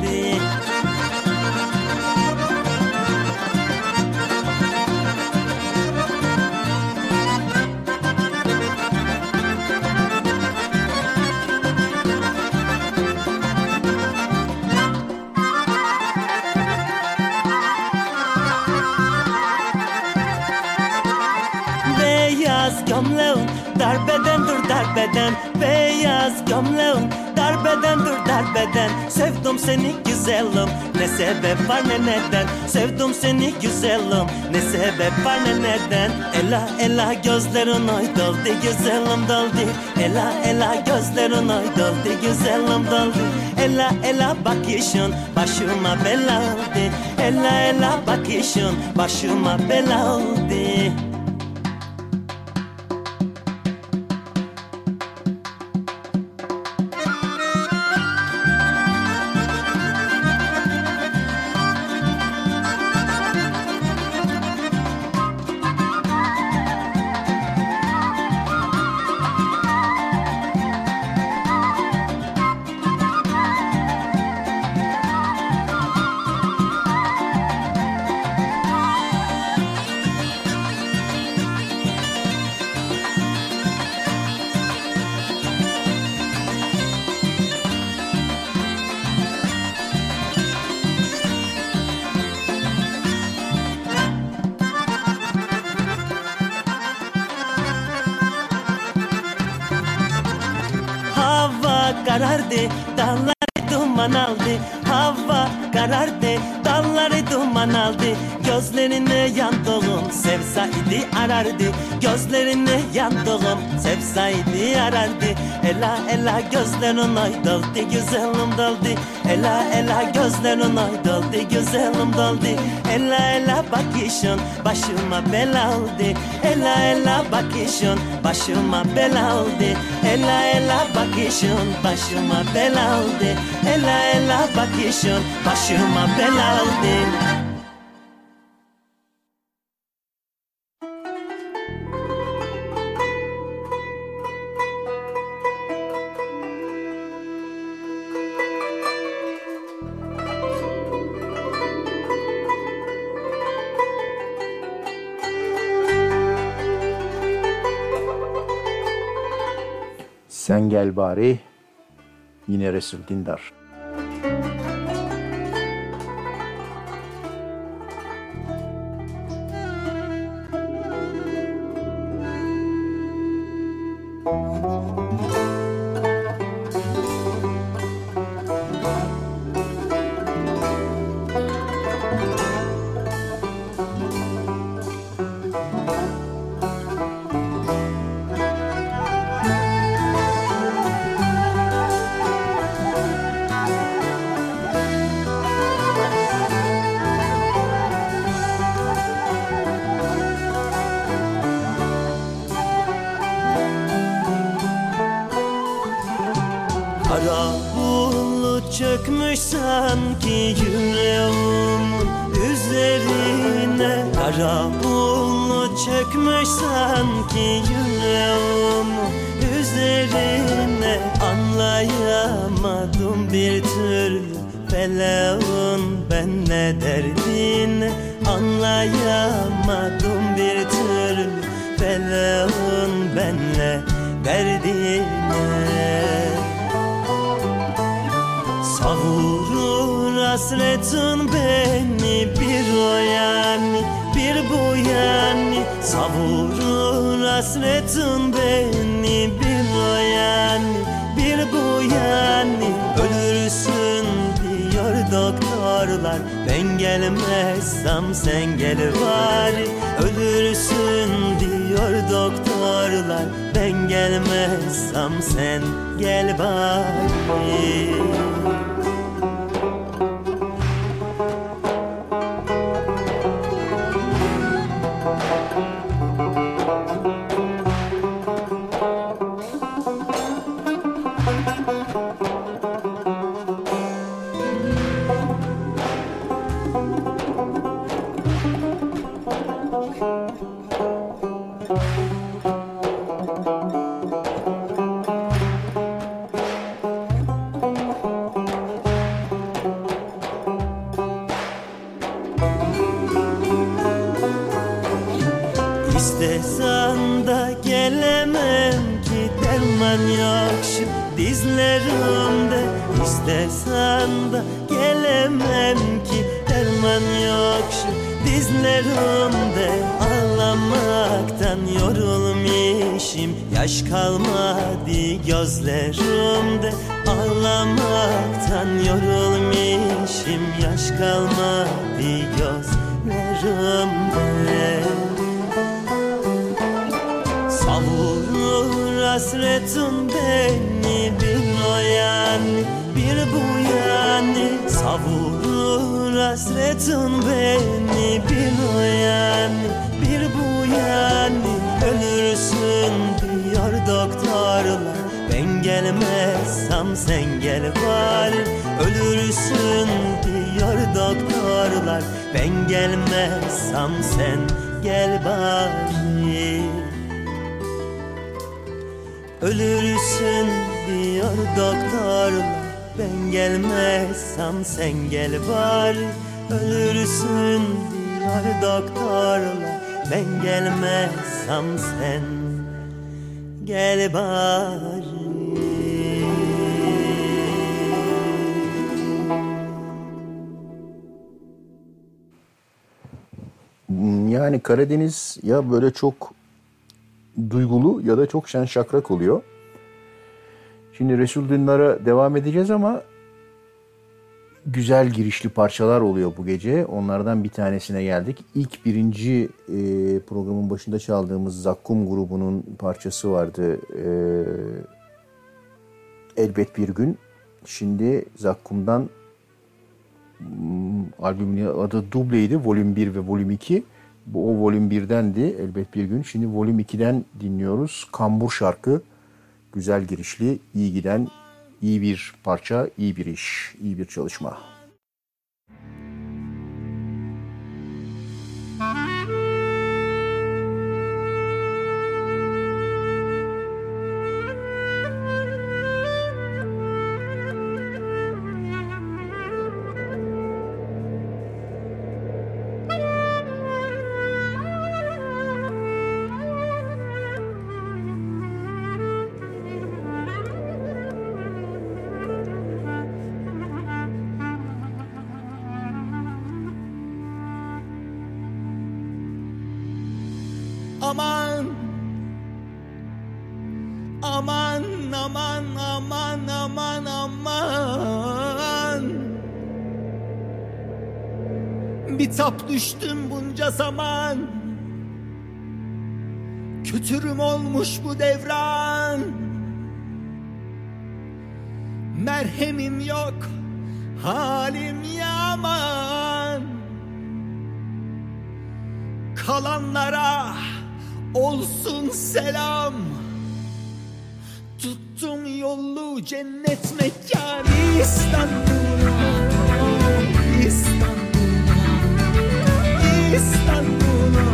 Gömleğin darbeden dur darbeden, beyaz gömleğin darbeden dur darbeden. Sevdim seni güzelim, ne sebep var ne neden. Sevdim seni güzelim, ne sebep var ne neden. Ela ela gözlerin oy doldu, güzelim doldu. Ela ela gözlerin oy doldu, güzelim doldu. Ela ela bakışın başıma bela oldu. Ela ela bakışın başıma bela oldu. karardı, dağları duman aldı. Hava karardı, dağları duman aldı. Gözlerine yandığım sevsaydı arardı. Gözlerine yandığım sevsaydı arardı. Ela ela gözlerin ay doldu, güzelim doldu. Ela ela gözlerin ay doldu, güzelim doldu. Ela ela bakışın başıma bela oldu. Ela ela bakışın başıma bela oldu. Ela ela bakışın başıma bela oldu. Ela ela bakışın başıma bela oldu. Sen gel bari, yine Resul Dindar. Kara bulut çökmüş sanki yüreğimin üzerine. Kara bulut çökmüş sanki yüreğimin üzerine. Anlayamadım bir türlü feleğin ben ne derdini. Anlayamadım bir türlü feleğin ben ne derdini. Savurur hasretin beni bir o yani bir bu yani. Savurur hasretin beni bir o yani bir bu yani. Ölürsün diyor doktorlar, ben gelmezsem sen gel bari. Ölürsün diyor doktorlar, ben gelmezsem sen gel bari. İstesen de gelemem ki, derman yok şu dizlerimde. İstesen de gelemem ki, derman yok şu dizlerimde. Ağlamaktan yorulmuşum, yaş kalmadı gözlerimde. Ağlamaktan yorulmuşum, yaş kalmadı gözlerimde. Savurur hasretin beni bir o yani bir bu yani. Savurur hasretin beni bir o yani bir bu yani. Ölürsün diyor doktorlar, ben gelmezsem sen gel bari. Ölürsün diyor doktorlar, ben gelmezsem sen gel bari. Ölürsün diyor doktorlar, ben gelmezsem sen gel bari. Ölürsün diyor doktorlar, ben gelmezsem sen gel bari. Yani Karadeniz ya böyle çok duygulu ya da çok şen şakrak oluyor. Şimdi Resul Dündar'a devam edeceğiz ama güzel girişli parçalar oluyor bu gece. Onlardan bir tanesine geldik. İlk birinci programın başında çaldığımız Zakkum grubunun parçası vardı. Elbet Bir Gün. Şimdi Zakkum'dan albümün adı Duble'ydi. Volüm 1 ve Volüm 2. Bu o Volüm 1'dendi Elbet Bir Gün. Şimdi Volüm 2'den dinliyoruz. Kambur şarkı. Güzel girişli, iyi giden, iyi bir parça, iyi bir iş, iyi bir çalışma. Aman, aman, aman, aman, aman, aman. Bitap düştüm bunca zaman. Kötürüm olmuş bu devran. Merhemim yok, halim yaman. Kalanlara olsun selam. Tuttum yolu cennet mekanı İstanbul'a, İstanbul'a, İstanbul'a,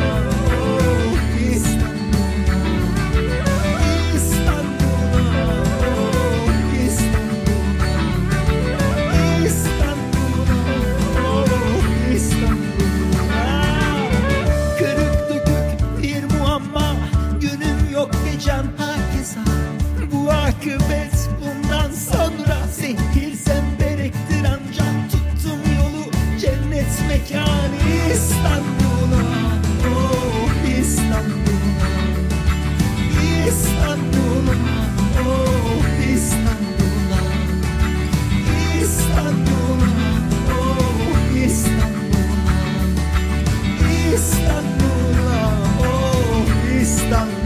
bu akıbet bundan sonra zehir zemberektir ancak tuttum yolu cennet mekanı İstanbul'a, oh İstanbul'a, İstanbul'a, oh İstanbul'a, İstanbul'a, oh İstanbul'a, İstanbul'a, oh İstanbul'a.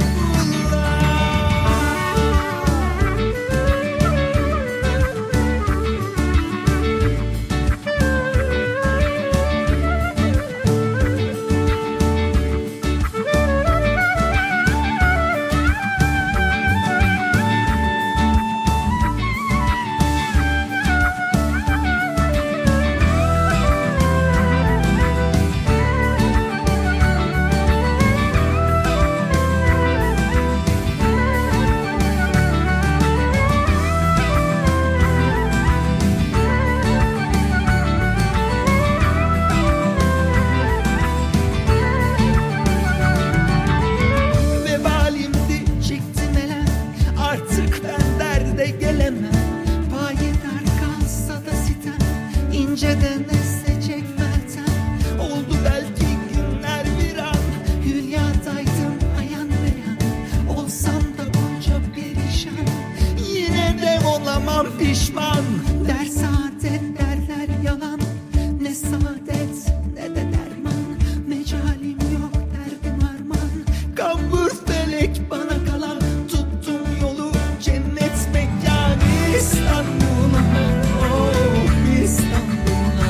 Pişman der saadet derler yalan. Ne saadet ne de derman. Mecalim yok derdim arman. Kambur felek bana kalan. Tuttum yolu cennet mekanı İstanbul'a, oh İstanbul'a,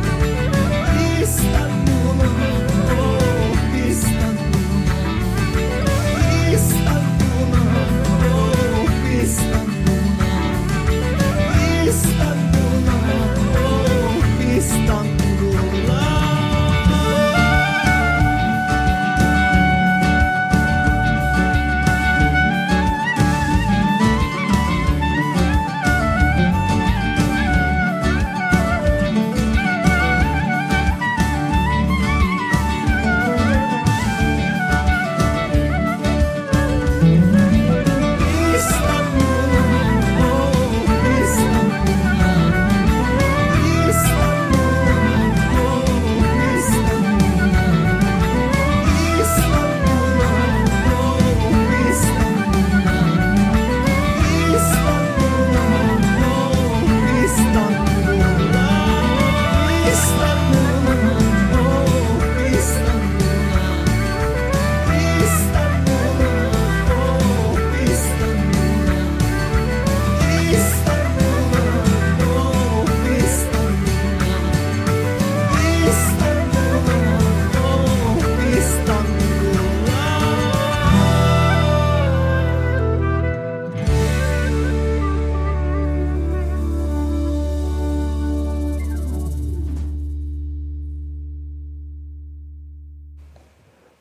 İstanbul'a, oh İstanbul'a, İstanbul'a, oh İstanbul'a, İstanbul.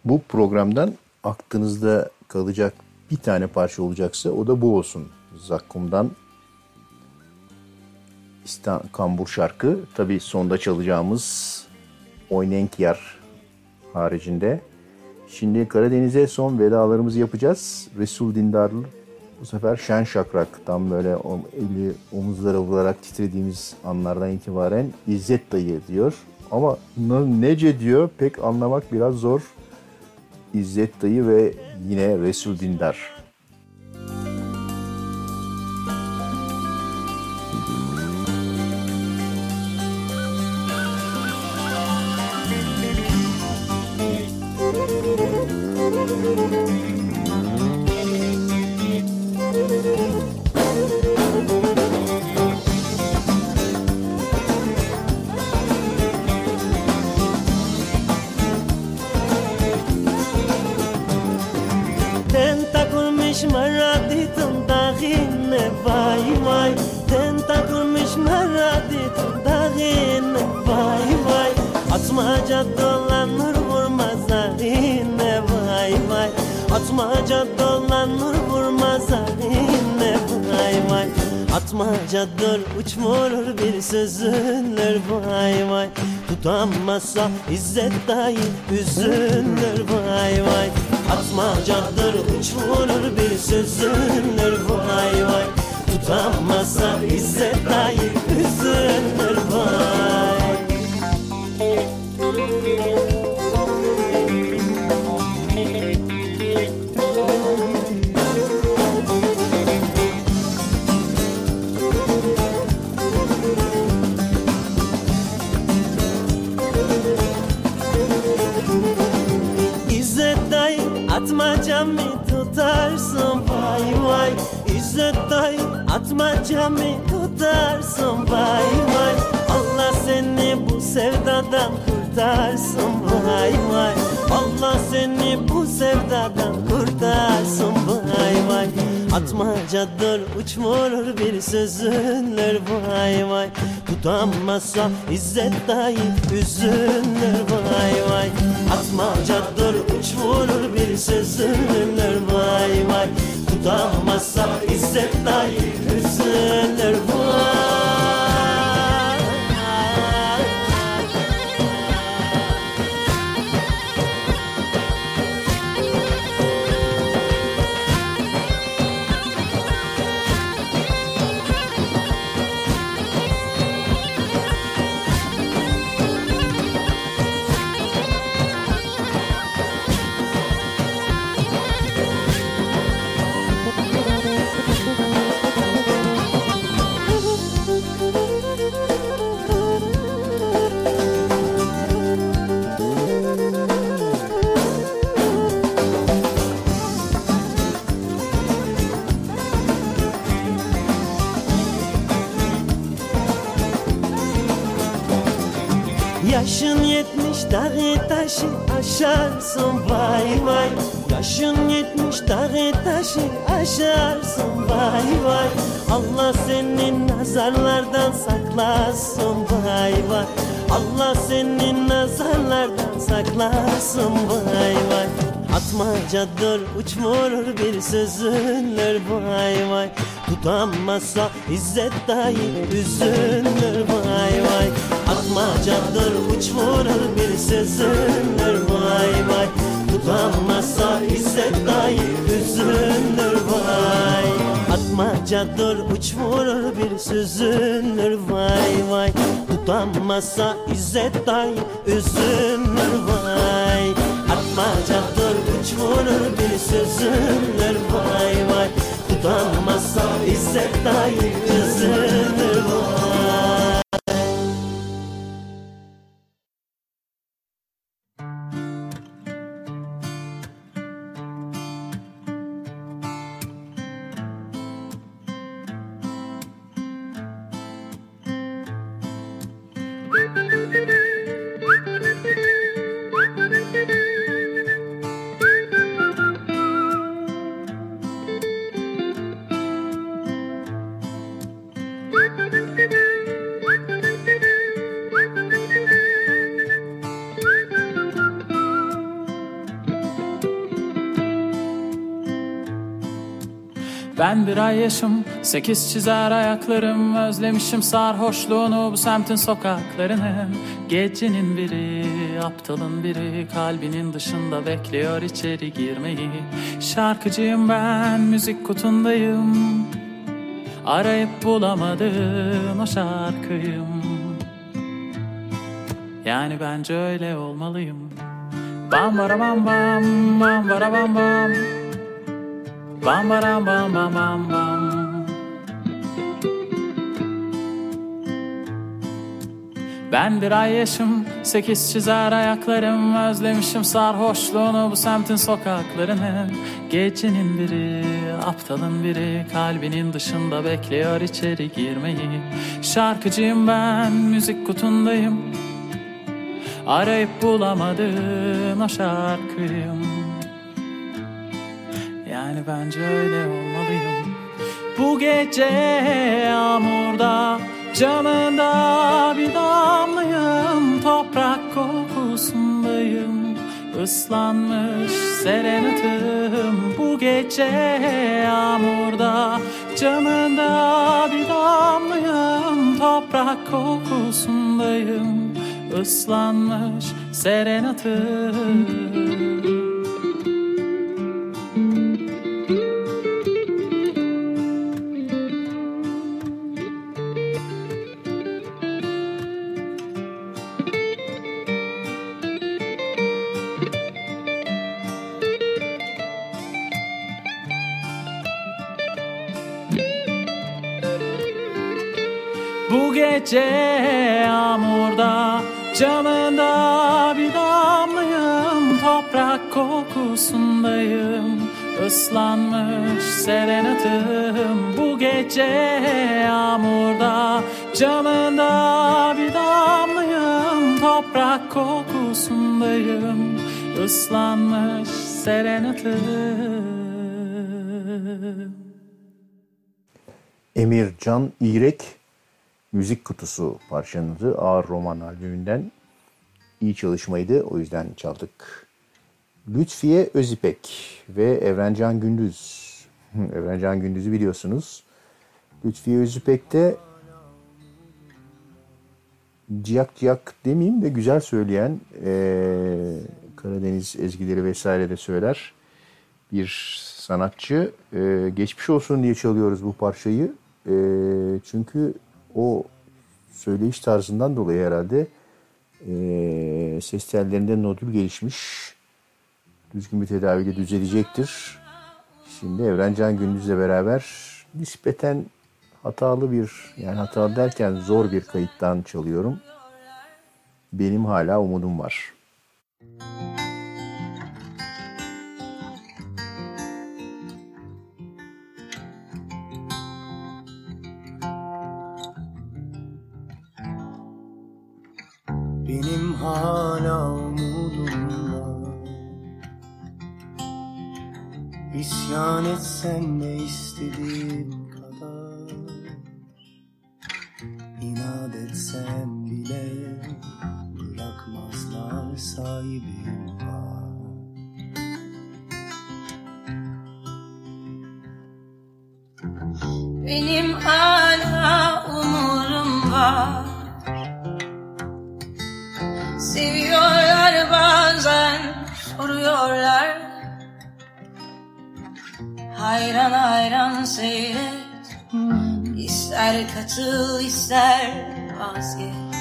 Bu programdan aklınızda kalacak bir tane parça olacaksa o da bu olsun. Zakkum'dan Kambur şarkı. Tabii sonda çalacağımız Oynenkiyar haricinde. Şimdi Karadeniz'e son vedalarımızı yapacağız. Resul Dindarlı bu sefer şen şakrak, tam böyle eli omuzlara vurarak titrediğimiz anlardan itibaren İzzet dayı diyor. Ama nece diyor pek anlamak biraz zor. İzzet dayı ve yine Resul Dindar. Atmaca dolanır vurmaz haline vay vay. Atmaca dolanır vurmaz haline vay vay. Atmacadır uçmurur bir sözünler vay vay. Tutamazsa İzzet dayı üzülür vay vay. Atmacadır uçmurur bir sözünler vay vay. Tutamazsa İzzet dayı üzülür vay. İzzet dayı atmaca mı tutarsın vay vay. İzzet dayı atmaca mı tutarsın vay vay. Allah seni bu sevdadan kurtarsın vay vay. Allah seni bu sevdadan kurtarsın vay vay. Atmacadır uçmurur bir sözünler vay vay. Tutamazsa İzzet dayı üzülür vay vay. Atmacadır uçmurur bir sözünler vay vay. Tutamazsa İzzet dayı üzülür vay. Yaşın 70 dağı taşı aşarsın vay vay. Yaşın 70 dağı taşı aşarsın vay vay. Allah seni nazarlardan saklasın vay vay. Allah seni nazarlardan saklasın vay vay. Atmacadır uçmurur bir sözünler vay vay. Tutamazsa İzzet dayı üzülür vay vay. Atmacadır uçmurur bir sözünler vay vay. Tutamazsa İzzet dayı üzülür vay. Atmacadır uçmurur bir sözünler vay vay. Tutamazsa İzzet dayı üzülür vay. Atmacadır uçmurur bir sözünler vay vay. Tutamazsa İzzet dayı üzülür vay. Ben bir ay yaşım, 8 çizer ayaklarım. Özlemişim sarhoşluğunu bu semtin sokaklarını. Gecenin biri, aptalın biri, kalbinin dışında bekliyor içeri girmeyi. Şarkıcıyım ben, müzik kutundayım. Arayıp bulamadım o şarkıyım. Yani bence öyle olmalıyım. Bam bara bam bam, bam bara bam bam. Bam baram bam bam bam bam. Ben bir ay yaşım, 8 çizer ayaklarım. Özlemişim sarhoşluğunu bu semtin sokaklarını. Gecenin biri, aptalın biri, kalbinin dışında bekliyor içeri girmeyi. Şarkıcıyım ben, müzik kutundayım. Arayıp bulamadım o şarkıyım. Yani bence öyle olmalıyım. Bu gece yağmurda, camında bir damlayım. Toprak kokusundayım, ıslanmış serenatım. Bu gece yağmurda, camında bir damlayım. Toprak kokusundayım, ıslanmış serenatım. Bu gece yağmurda, camında bir damlayım. Toprak kokusundayım, ıslanmış serenatım. Bu gece yağmurda, camında bir damlayım. Toprak kokusundayım, ıslanmış serenatım. Emir Can İrek, Müzik Kutusu parçanın adı. Ağır Roman albümünden iyi çalışmaydı. O yüzden çaldık. Lütfiye Özipek ve Evrencan Gündüz. Evrencan Gündüz'ü biliyorsunuz. Lütfiye Özipek de ciyak ciyak demeyeyim de güzel söyleyen, Karadeniz ezgileri vesaire de söyler bir sanatçı. Geçmiş olsun diye çalıyoruz bu parçayı. Çünkü o söyleyiş tarzından dolayı herhalde ses tellerinde nodül gelişmiş. Düzgün bir tedaviyle düzelecektir. Şimdi Evrencan Gündüz'le beraber nispeten hatalı bir, yani hatalı derken zor bir kayıttan çalıyorum. Benim hala umudum var. Benim hala umudum var. İsyan etsem de istediğim kadar, İnat etsem bile bırakmazlar, sahibim var. Benim hala umurum var. Seviyorlar bazen, soruyorlar. Hayran hayran seyret. İster katıl ister vazgeç.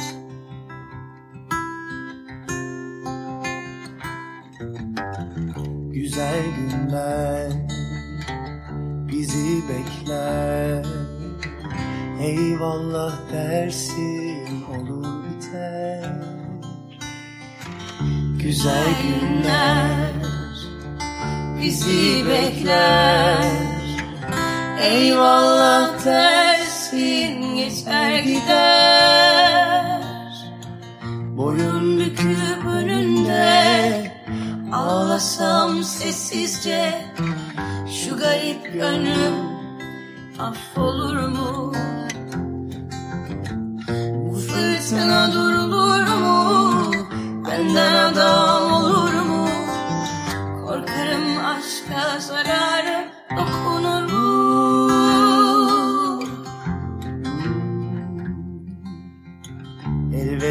Güzel günler bizi bekler. Eyvallah dersin olur biter. Güzel günler bizi bekler. Eyvallah dersin geçer gider. Boyun büküp önünde ağlasam sessizce, şu garip gönlüm affolur mu? Bu fırtına durulur mu? Benden adam olur mu? Korkarım aşka zararı dokunur mu?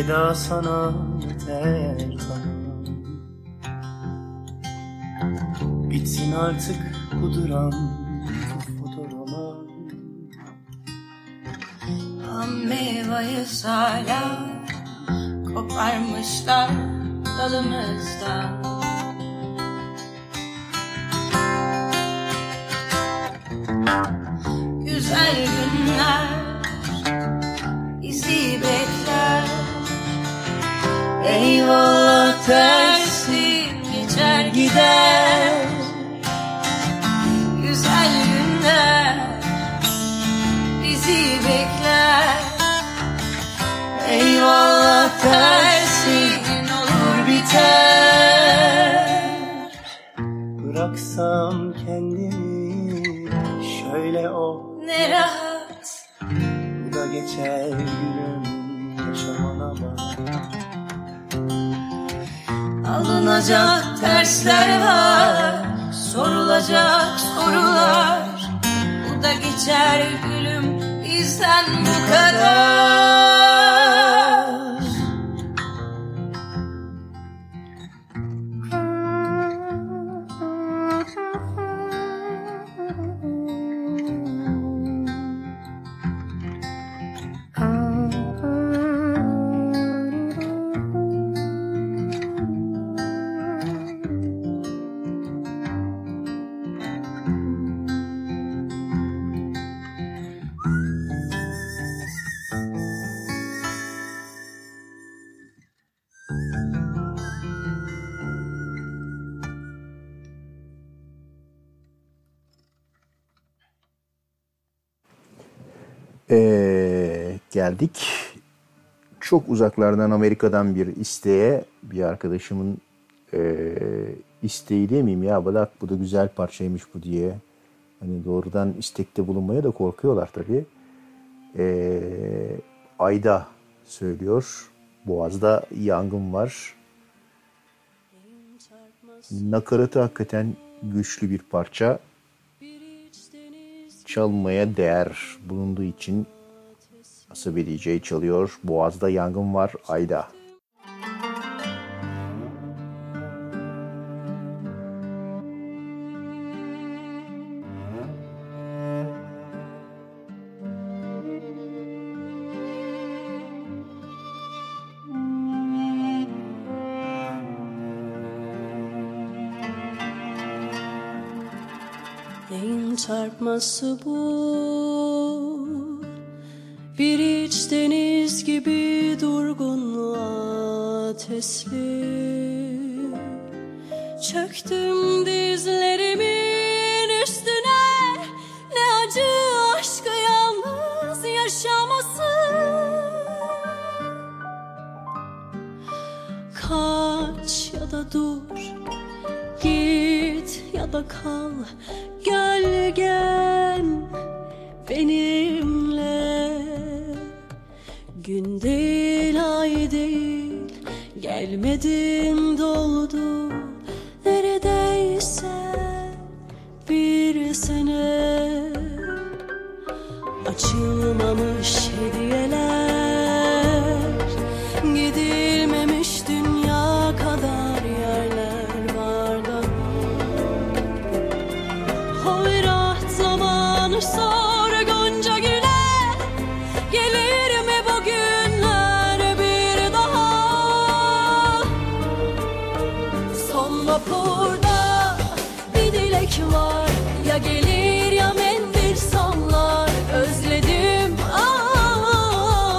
veda sana yeter tamam. Bitsin artık bu dram, bu fotoğrafı. Meyveyiz hala, koparmışlar dalımızdan. Güzel günler bizi bekler. Eyvallah dersin geçer gider. Güzel günler bizi bekler. Eyvallah dersin olur biter. Bıraksam kendimi şöyle o ne rahat. Bu da geçer gülüm, yaşamana bak. Alınacak dersler var, sorulacak sorular. Bu da geçer gülüm, bizden bu kadar. Geldik. Çok uzaklardan Amerika'dan bir isteğe, bir arkadaşımın isteği demeyeyim ya, bırak bu da güzel parçaymış bu diye. Hani doğrudan istekte bulunmaya da korkuyorlar tabii. Ayda söylüyor. Boğaz'da yangın var. Nakaratı hakikaten güçlü bir parça. Çalmaya değer bulunduğu için Asabi DJ çalıyor. Boğaz'da yangın var, Ayda. Neyin çarpması bu? Bir iç deniz gibi durgunluğa teslim. Çöktüm dizlerimin üstüne. Ne acı aşkı yalnız yaşaması. Kaç ya da dur, git ya da kal. Gölgen benimle. Gün değil, ay değil, gelmedin doldu. Neredeyse bir sene. Açılmamış hediyeler, gidilmemiş dünya kadar yerler var da. Hoyrat zamanı sonra gonca güle, gelir mi bu günler bir daha? Son vapurda bir dilek var, ya gelir ya mendil sallar. Özledim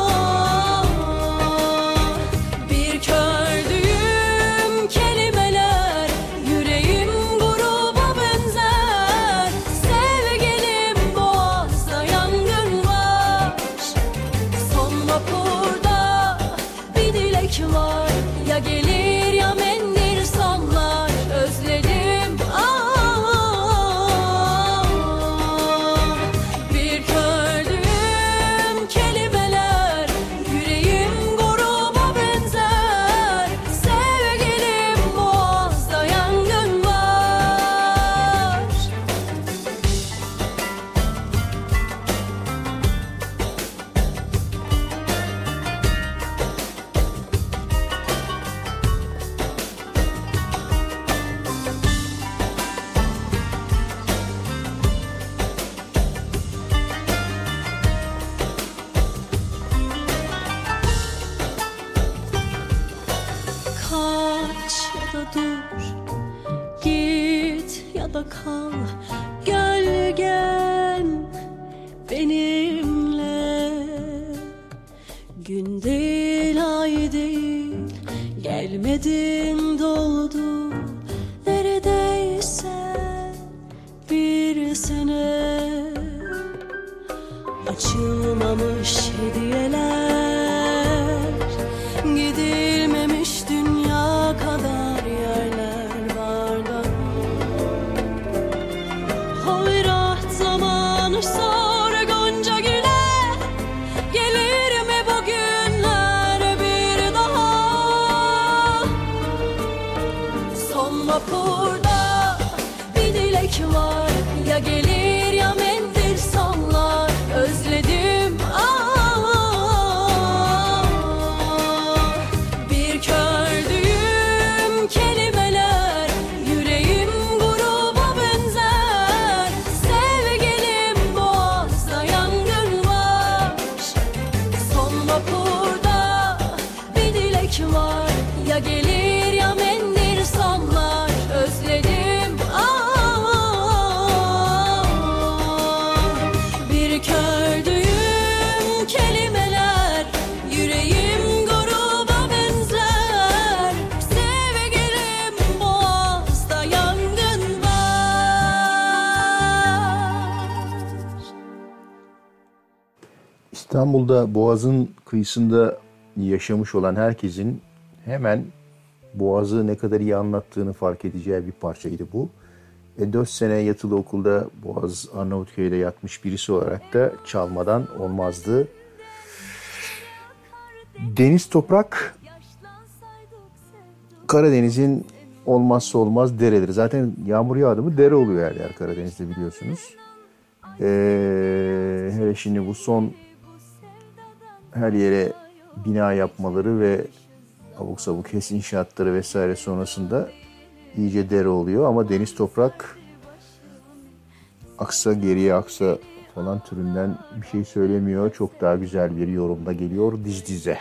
burada kal, gölgen benimle. Gün değil, ay değil, gelmedin doldu neredeyse bir sene. Açılmamış hediyeler, gidilmemiş dünya kadar yerler var da. Hoyrat zamanı sonra gonca güle, gelir mi bu günler bir daha? Son vapurda bir dilek var, ya gelir ya mendil sallar. Özledim bir kördüğüm kelimeler, yüreğim gruba benzer. Sevgilim boğazda yangın var. Son vapurda bir dilek var, ya gelir ya mendil sallar. Özledim kördüğüm kelimeler, yüreğim gruba benzer. Sevgilim boğazda yangın var. İstanbul'da Boğaz'ın kıyısında yaşamış olan herkesin hemen Boğaz'ı ne kadar iyi anlattığını fark edeceği bir parçaydı bu. 4 sene yatılı okulda Boğaz Arnavutköy'de yatmış birisi olarak da çalmadan olmazdı. Deniz toprak Karadeniz'in olmazsa olmaz dereleri. Zaten yağmur yağdı mı dere oluyor her yer Karadeniz'de, biliyorsunuz. Hele şimdi bu son her yere bina yapmaları ve abuk sabuk HES inşaatları vesaire sonrasında iyice dere oluyor. Ama deniz toprak aksa geriye aksa falan türünden bir şey söylemiyor. Çok daha güzel bir yorumda geliyor diz dize.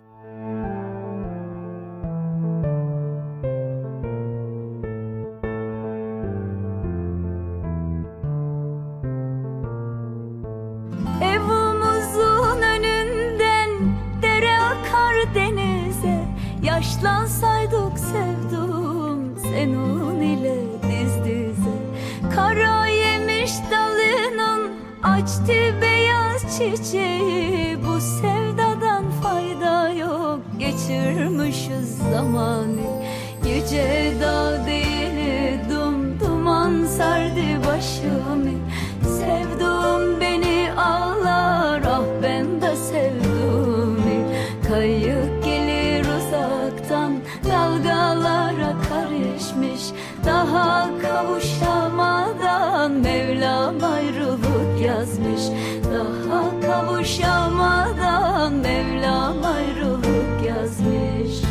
Evimizin önünden dere akar denize. Yaşlansaydık sevdum senin ile diz dize. Kara yemiş dalının açtı beyaz çiçeği. Bu sevdadan fayda yok, geçirmişiz zamanı. Yüce dağ değil duman sardı başımı. Sevdum beni ağlar, ah ben de sevdum. Kayık gelir uzaktan, dalgalara karışmış. Daha kavuşamadan Mevlam ayrılık yazmış. Daha kavuşamadan Mevlam ayrılık yazmış.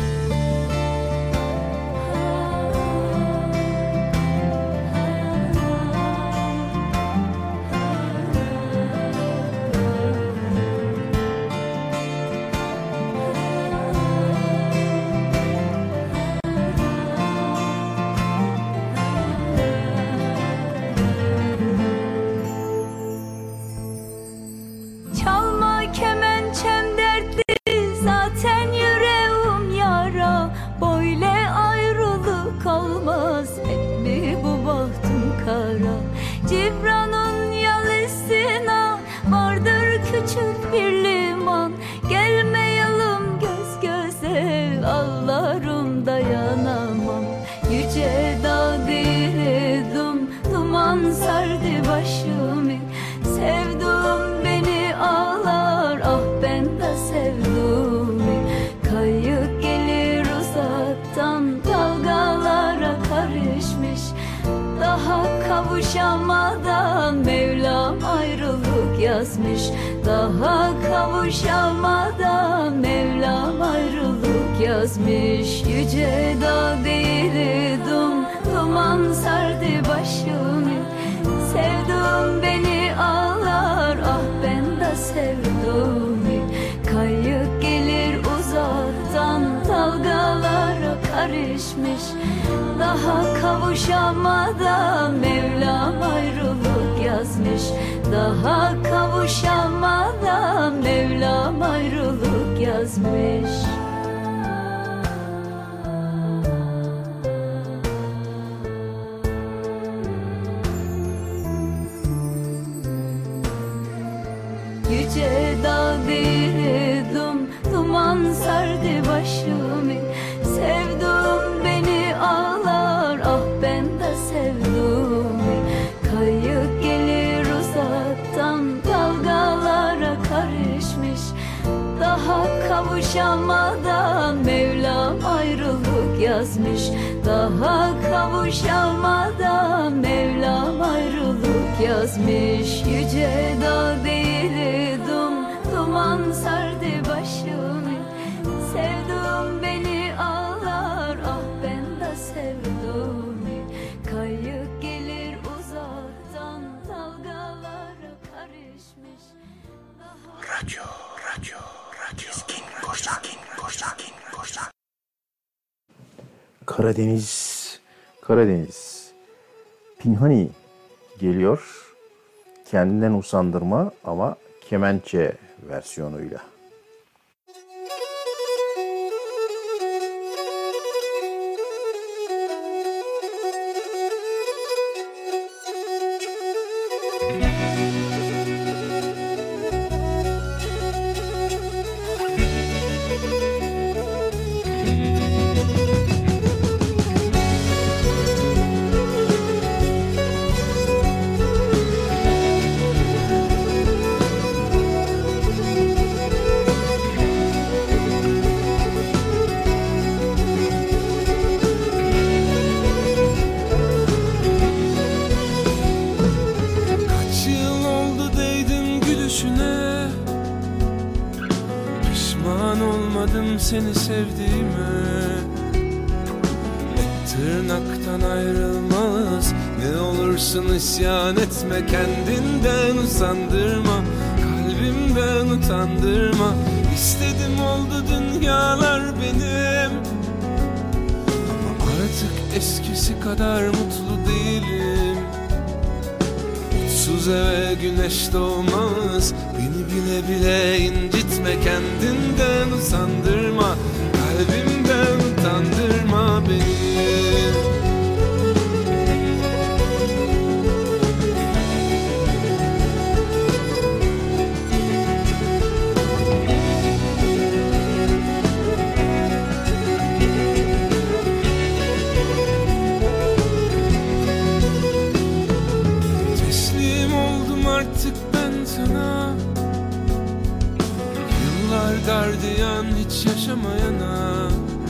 Çalma kemençem dertli, zaten yüreğim yara. Böyle ayrılık olmaz, hep mi bu bahtım kara? Cibran'ın yalısına vardır küçük bir liman. Gelmeyelim göz göze, ağlarım dayanamam. Yüce dağ değildim, duman sardı başımı. Sevdum beni ağlar, ah ben de sevdum. Kayık gelir uzaktan, dalgalara karışmış. Daha kavuşamadan Mevlam ayrılık yazmış. Daha kavuşamadan Mevlam ayrılık yazmış. Yüce dağ değildim, duman sardı başımı. Sevdum beni ağlar, ah ben de sevdum. Kayık gelir uzaktan, dalgalara karışmış. Daha kavuşamadan Mevlam ayrılık yazmış. Daha kavuşamadan Mevlam ayrılık yazmış. Yüce dağ değildim, duman sardı başımı. Sevduğum beni ağlar, ah ben de sevdim. Kayık gelir uzaktan, dalgalara karışmış. Daha kavuşamadan Mevlam ayrılık yazmış. Daha kavuşamadan Mevlam ayrılık yazmış. Yüce dağ değildim, duman sardı başımı. Sevduğum beni ağlar, ah ben de sevdim. Kayık gelir uzaktan, dalgalara karışmış. Radyo. Keskin Korsan. Karadeniz. Pinhani geliyor. Kendinden usandırma ama kemençe versiyonuyla. Seni sevdiğime et tırnaktan ayrılmaz. Ne olursun isyan etme, kendinden usandırma, kalbimden utandırma. İstedim oldu dünyalar benim, ama artık eskisi kadar mutlu değilim. Mutsuz eve güneş doğmaz. Beni bile bile incitme, kendinden usandırma, kalbimden utandırma beni. Teslim oldum artık ben sana, gardiyan hiç yaşamayana.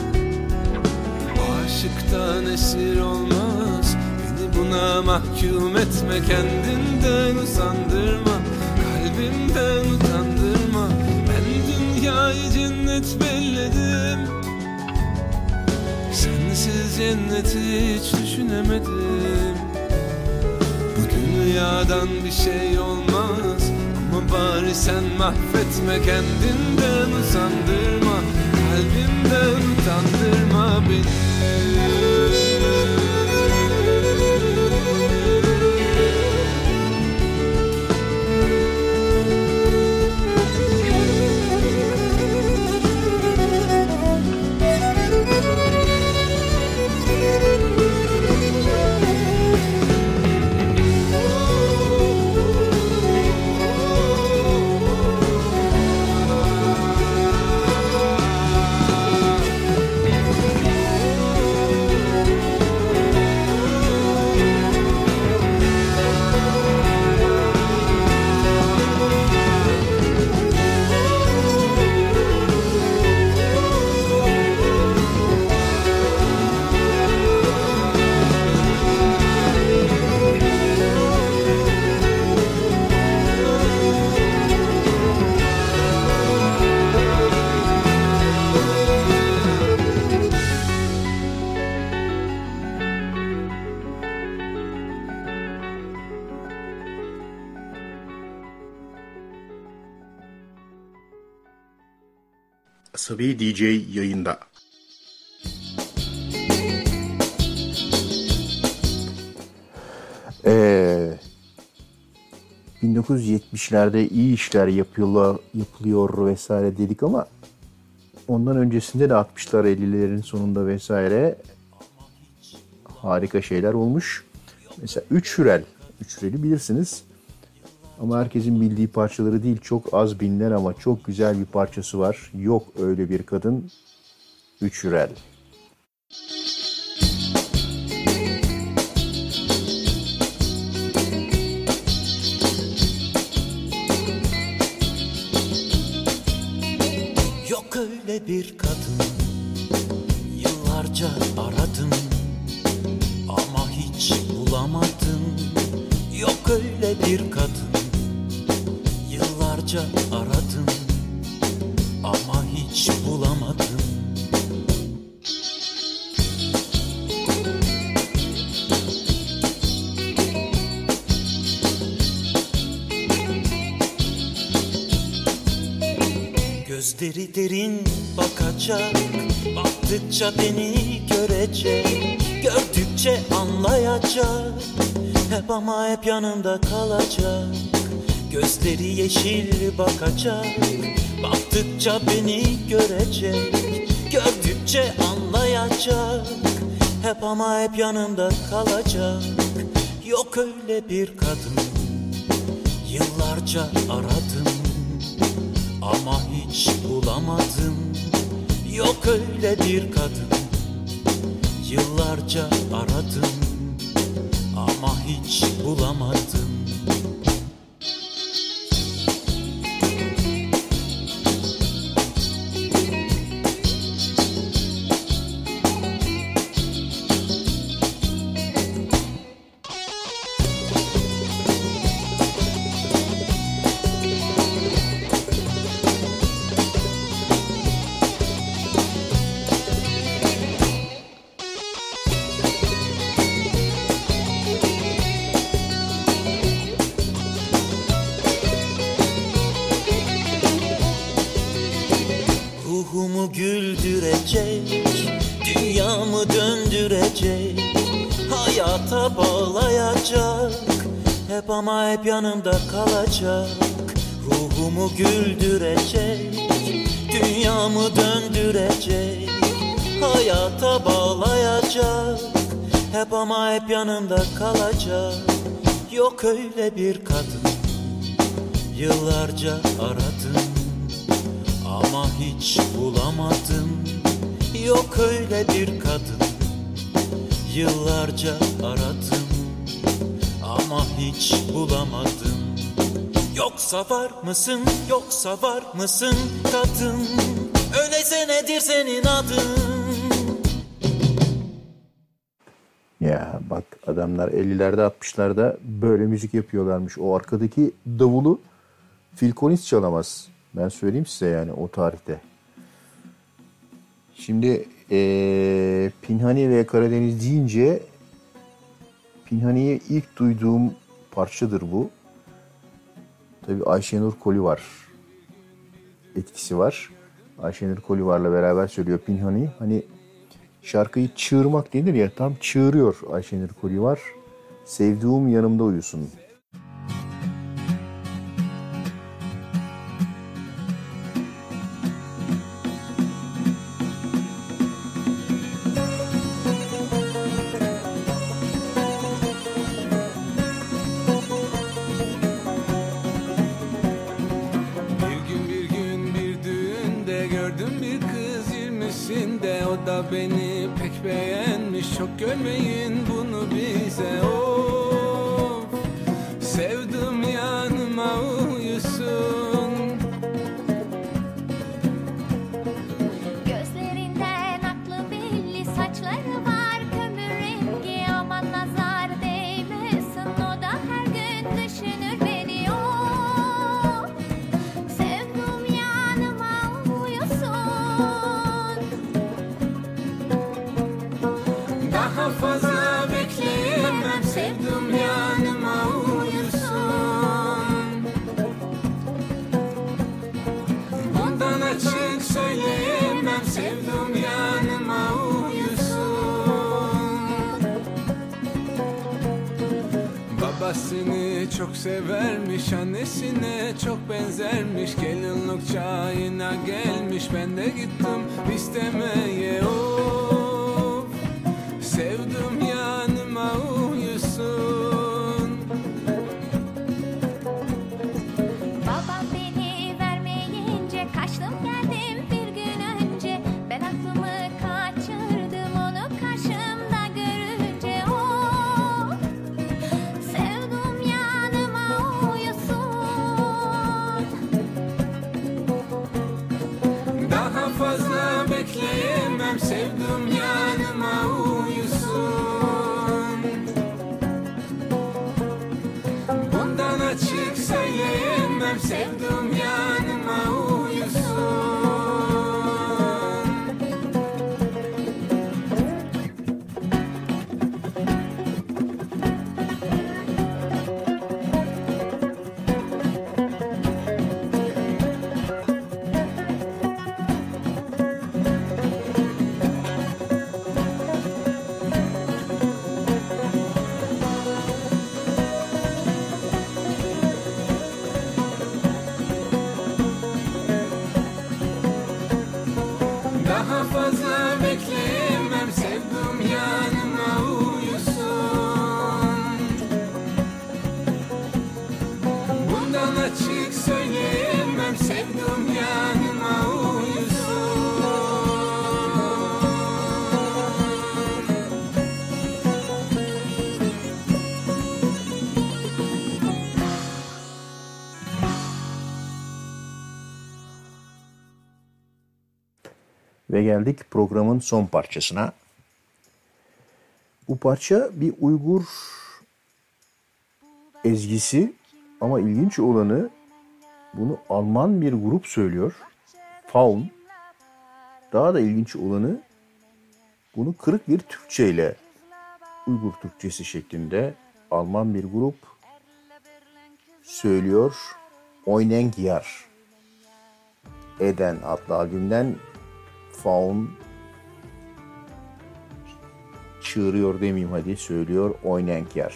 Aşıktan esir olmaz, beni buna mahkum etme, kendinden usandırma, kalbimden utandırma. Ben dünyayı cennet belledim, sensiz cenneti hiç düşünemedim. Bu dünyadan bir şey olmaz, ama bari sen mahvetme, kendinden usandırma, kalbimden utandırma beni. Asabi DJ yayında. 1970'lerde iyi işler yapılıyor vesaire dedik ama ondan öncesinde de 60'lar 50'lerin sonunda vesaire harika şeyler olmuş. Mesela Üç Hürel'i bilirsiniz. Ama herkesin bildiği parçaları değil, çok az bilinen ama çok güzel bir parçası var. Yok öyle bir kadın, Üç Hürel. Yok öyle bir kadın, yıllarca aradım ama hiç bulamadım. Yok öyle bir kadın, yıllarca aradım ama hiç bulamadım. Gözleri derin bakacak, baktıkça beni görecek, gördükçe anlayacak, hep ama hep yanımda kalacak. Gözleri yeşil bakacak, baktıkça beni görecek, gördükçe anlayacak, hep ama hep yanımda kalacak. Yok öyle bir kadın, yıllarca aradım ama hiç bulamadım. Yok öyle bir kadın, yıllarca aradım ama hiç bulamadım. Ruhumu güldürecek, dünyamı döndürecek, hayata bağlayacak, hep ama hep yanımda kalacak. Ruhumu güldürecek, dünyamı döndürecek, hayata bağlayacak, hep ama hep yanımda kalacak. Yok öyle bir kadın, yıllarca aradım ama hiç bulamadım. Yok öyle bir kadın, yıllarca aradım ama hiç bulamadım. Yoksa var mısın, yoksa var mısın kadın? Öyleyse nedir senin adın? Ya bak, adamlar 50'lerde 60'larda böyle müzik yapıyorlarmış. O arkadaki davulu Phil Collins çalamaz. Ben söyleyeyim size yani o tarihte. Şimdi Pinhani ve Karadeniz deyince Pinhani'yi ilk duyduğum parçadır bu. Tabii Ayşenur Kolivar etkisi var. Ayşenur Kolivar'la beraber söylüyor Pinhani. Hani şarkıyı çığırmak denir ya, tam çığırıyor Ayşenur Kolivar. Sevduğum yanımda uyusun. Beni pek beğenmiş, çok görmeyin bunu bize. Of, sevdim yanıma uyusun. Gözlerinden aklı belli, saçları var kömür rengi, aman nazar değmesin, o da her gün düşünür beni. Of, sevdim yanıma uyusun. Daha fazla bekleyemem, sevdim yanıma uyusun. Bundan açık söyleyemem, sevdim yanıma uyusun. Babasını çok severmiş, annesine çok benzermiş. Gelinlik çağına gelmiş, ben de gittim istemeye. Of, sevdim yanıma uyusun. Babam beni vermeyince kaçtım geldim bir gün önce. Ben aklımı kaçırdım onu karşımda görünce. Oh, sevdim yanıma uyusun. Daha fazla bekleyemem, sevdim yanıma uyusun. Bundan açık söyleyemem, sevdim yanıma uyusun. Daha fazla bekleyemem, sevdim yanıma uyusun. Bundan açık söyleyemem, sevdim yanıma uyusun. Ve geldik programın son parçasına. Bu parça bir Uygur ezgisi ama ilginç olanı bunu Alman bir grup söylüyor. Faun. Daha da ilginç olanı bunu kırık bir Türkçe ile Uygur Türkçesi şeklinde Alman bir grup söylüyor. Oyneng Yar. Eden adlı albümden Faun çığırıyor demeyeyim hadi söylüyor Oyneng Yar.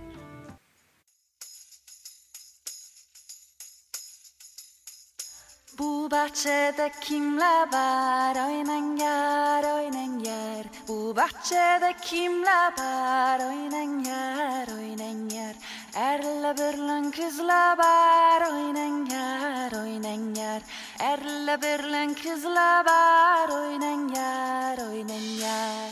Bu bahçede kimler var? Oyneng yar, oyneng yar. Bu bahçede kimler var? Oyneng yar, oyneng yar. Erle birlen kızlar var. Oyneng yar, oyneng yar. Erle birlen kızlar var. Oyneng yar, oyneng yar.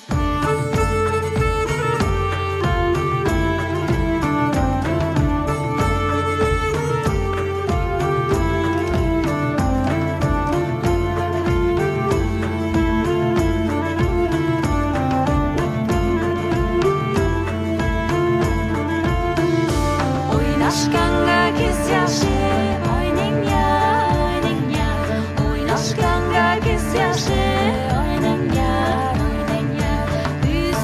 Oynaşkanga kız yaşı, oyneng yar, oyneng yar. Oynaşkanga kız yaşı, oyneng yar, oyneng yar.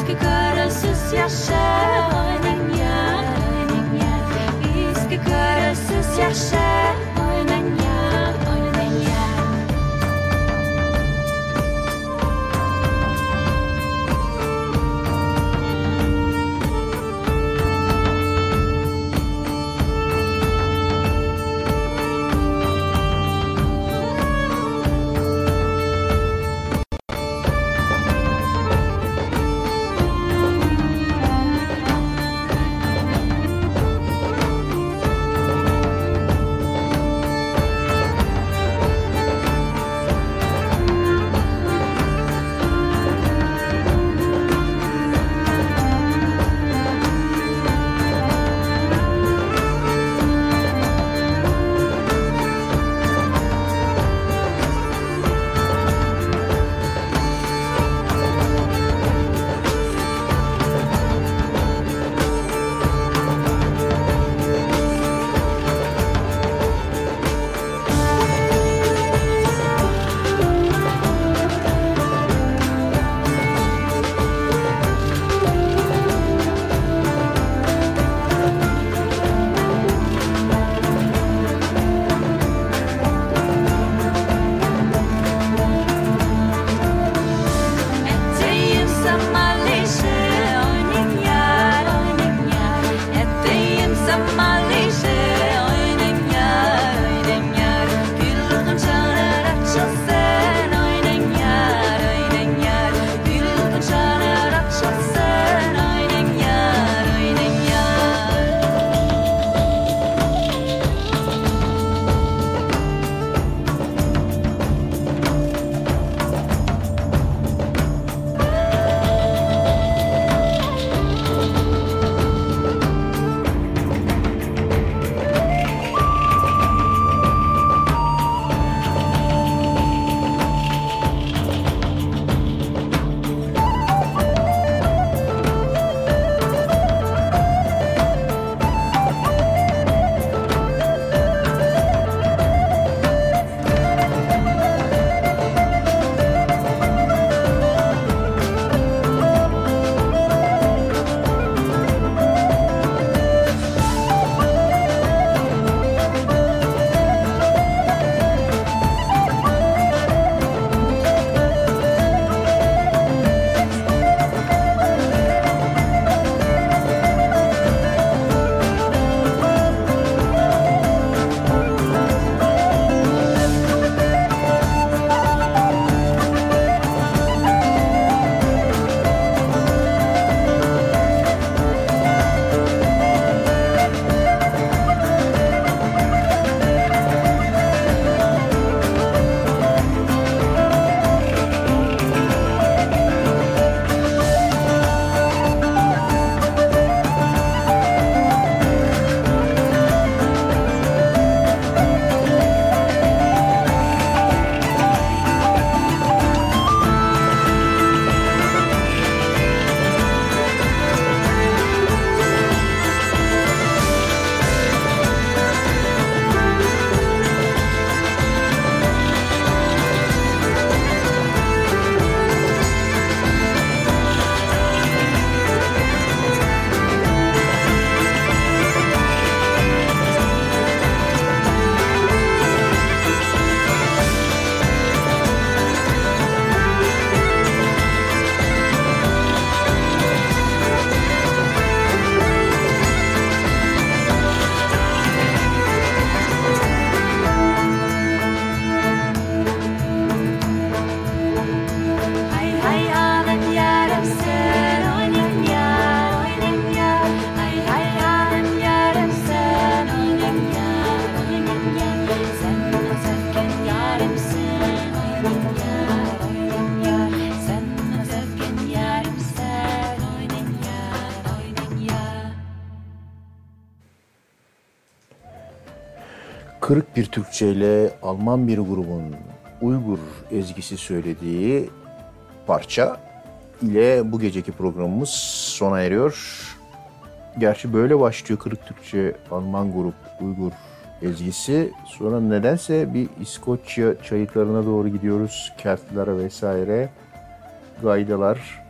Kırık bir Türkçe ile Alman bir grubun Uygur ezgisi söylediği parça ile bu geceki programımız sona eriyor. Gerçi böyle başlıyor Kırık Türkçe Alman grup Uygur ezgisi. Sonra nedense bir İskoçya çayırlarına doğru gidiyoruz. Keltler vesaire. Gaydalar.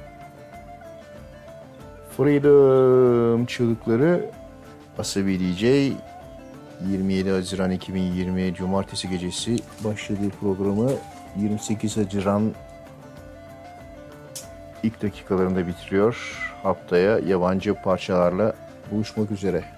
Freedom çığlıkları. Asabi DJ 27 Haziran 2020 Cumartesi gecesi başladığı programı 28 Haziran ilk dakikalarında bitiriyor. Haftaya yabancı parçalarla buluşmak üzere.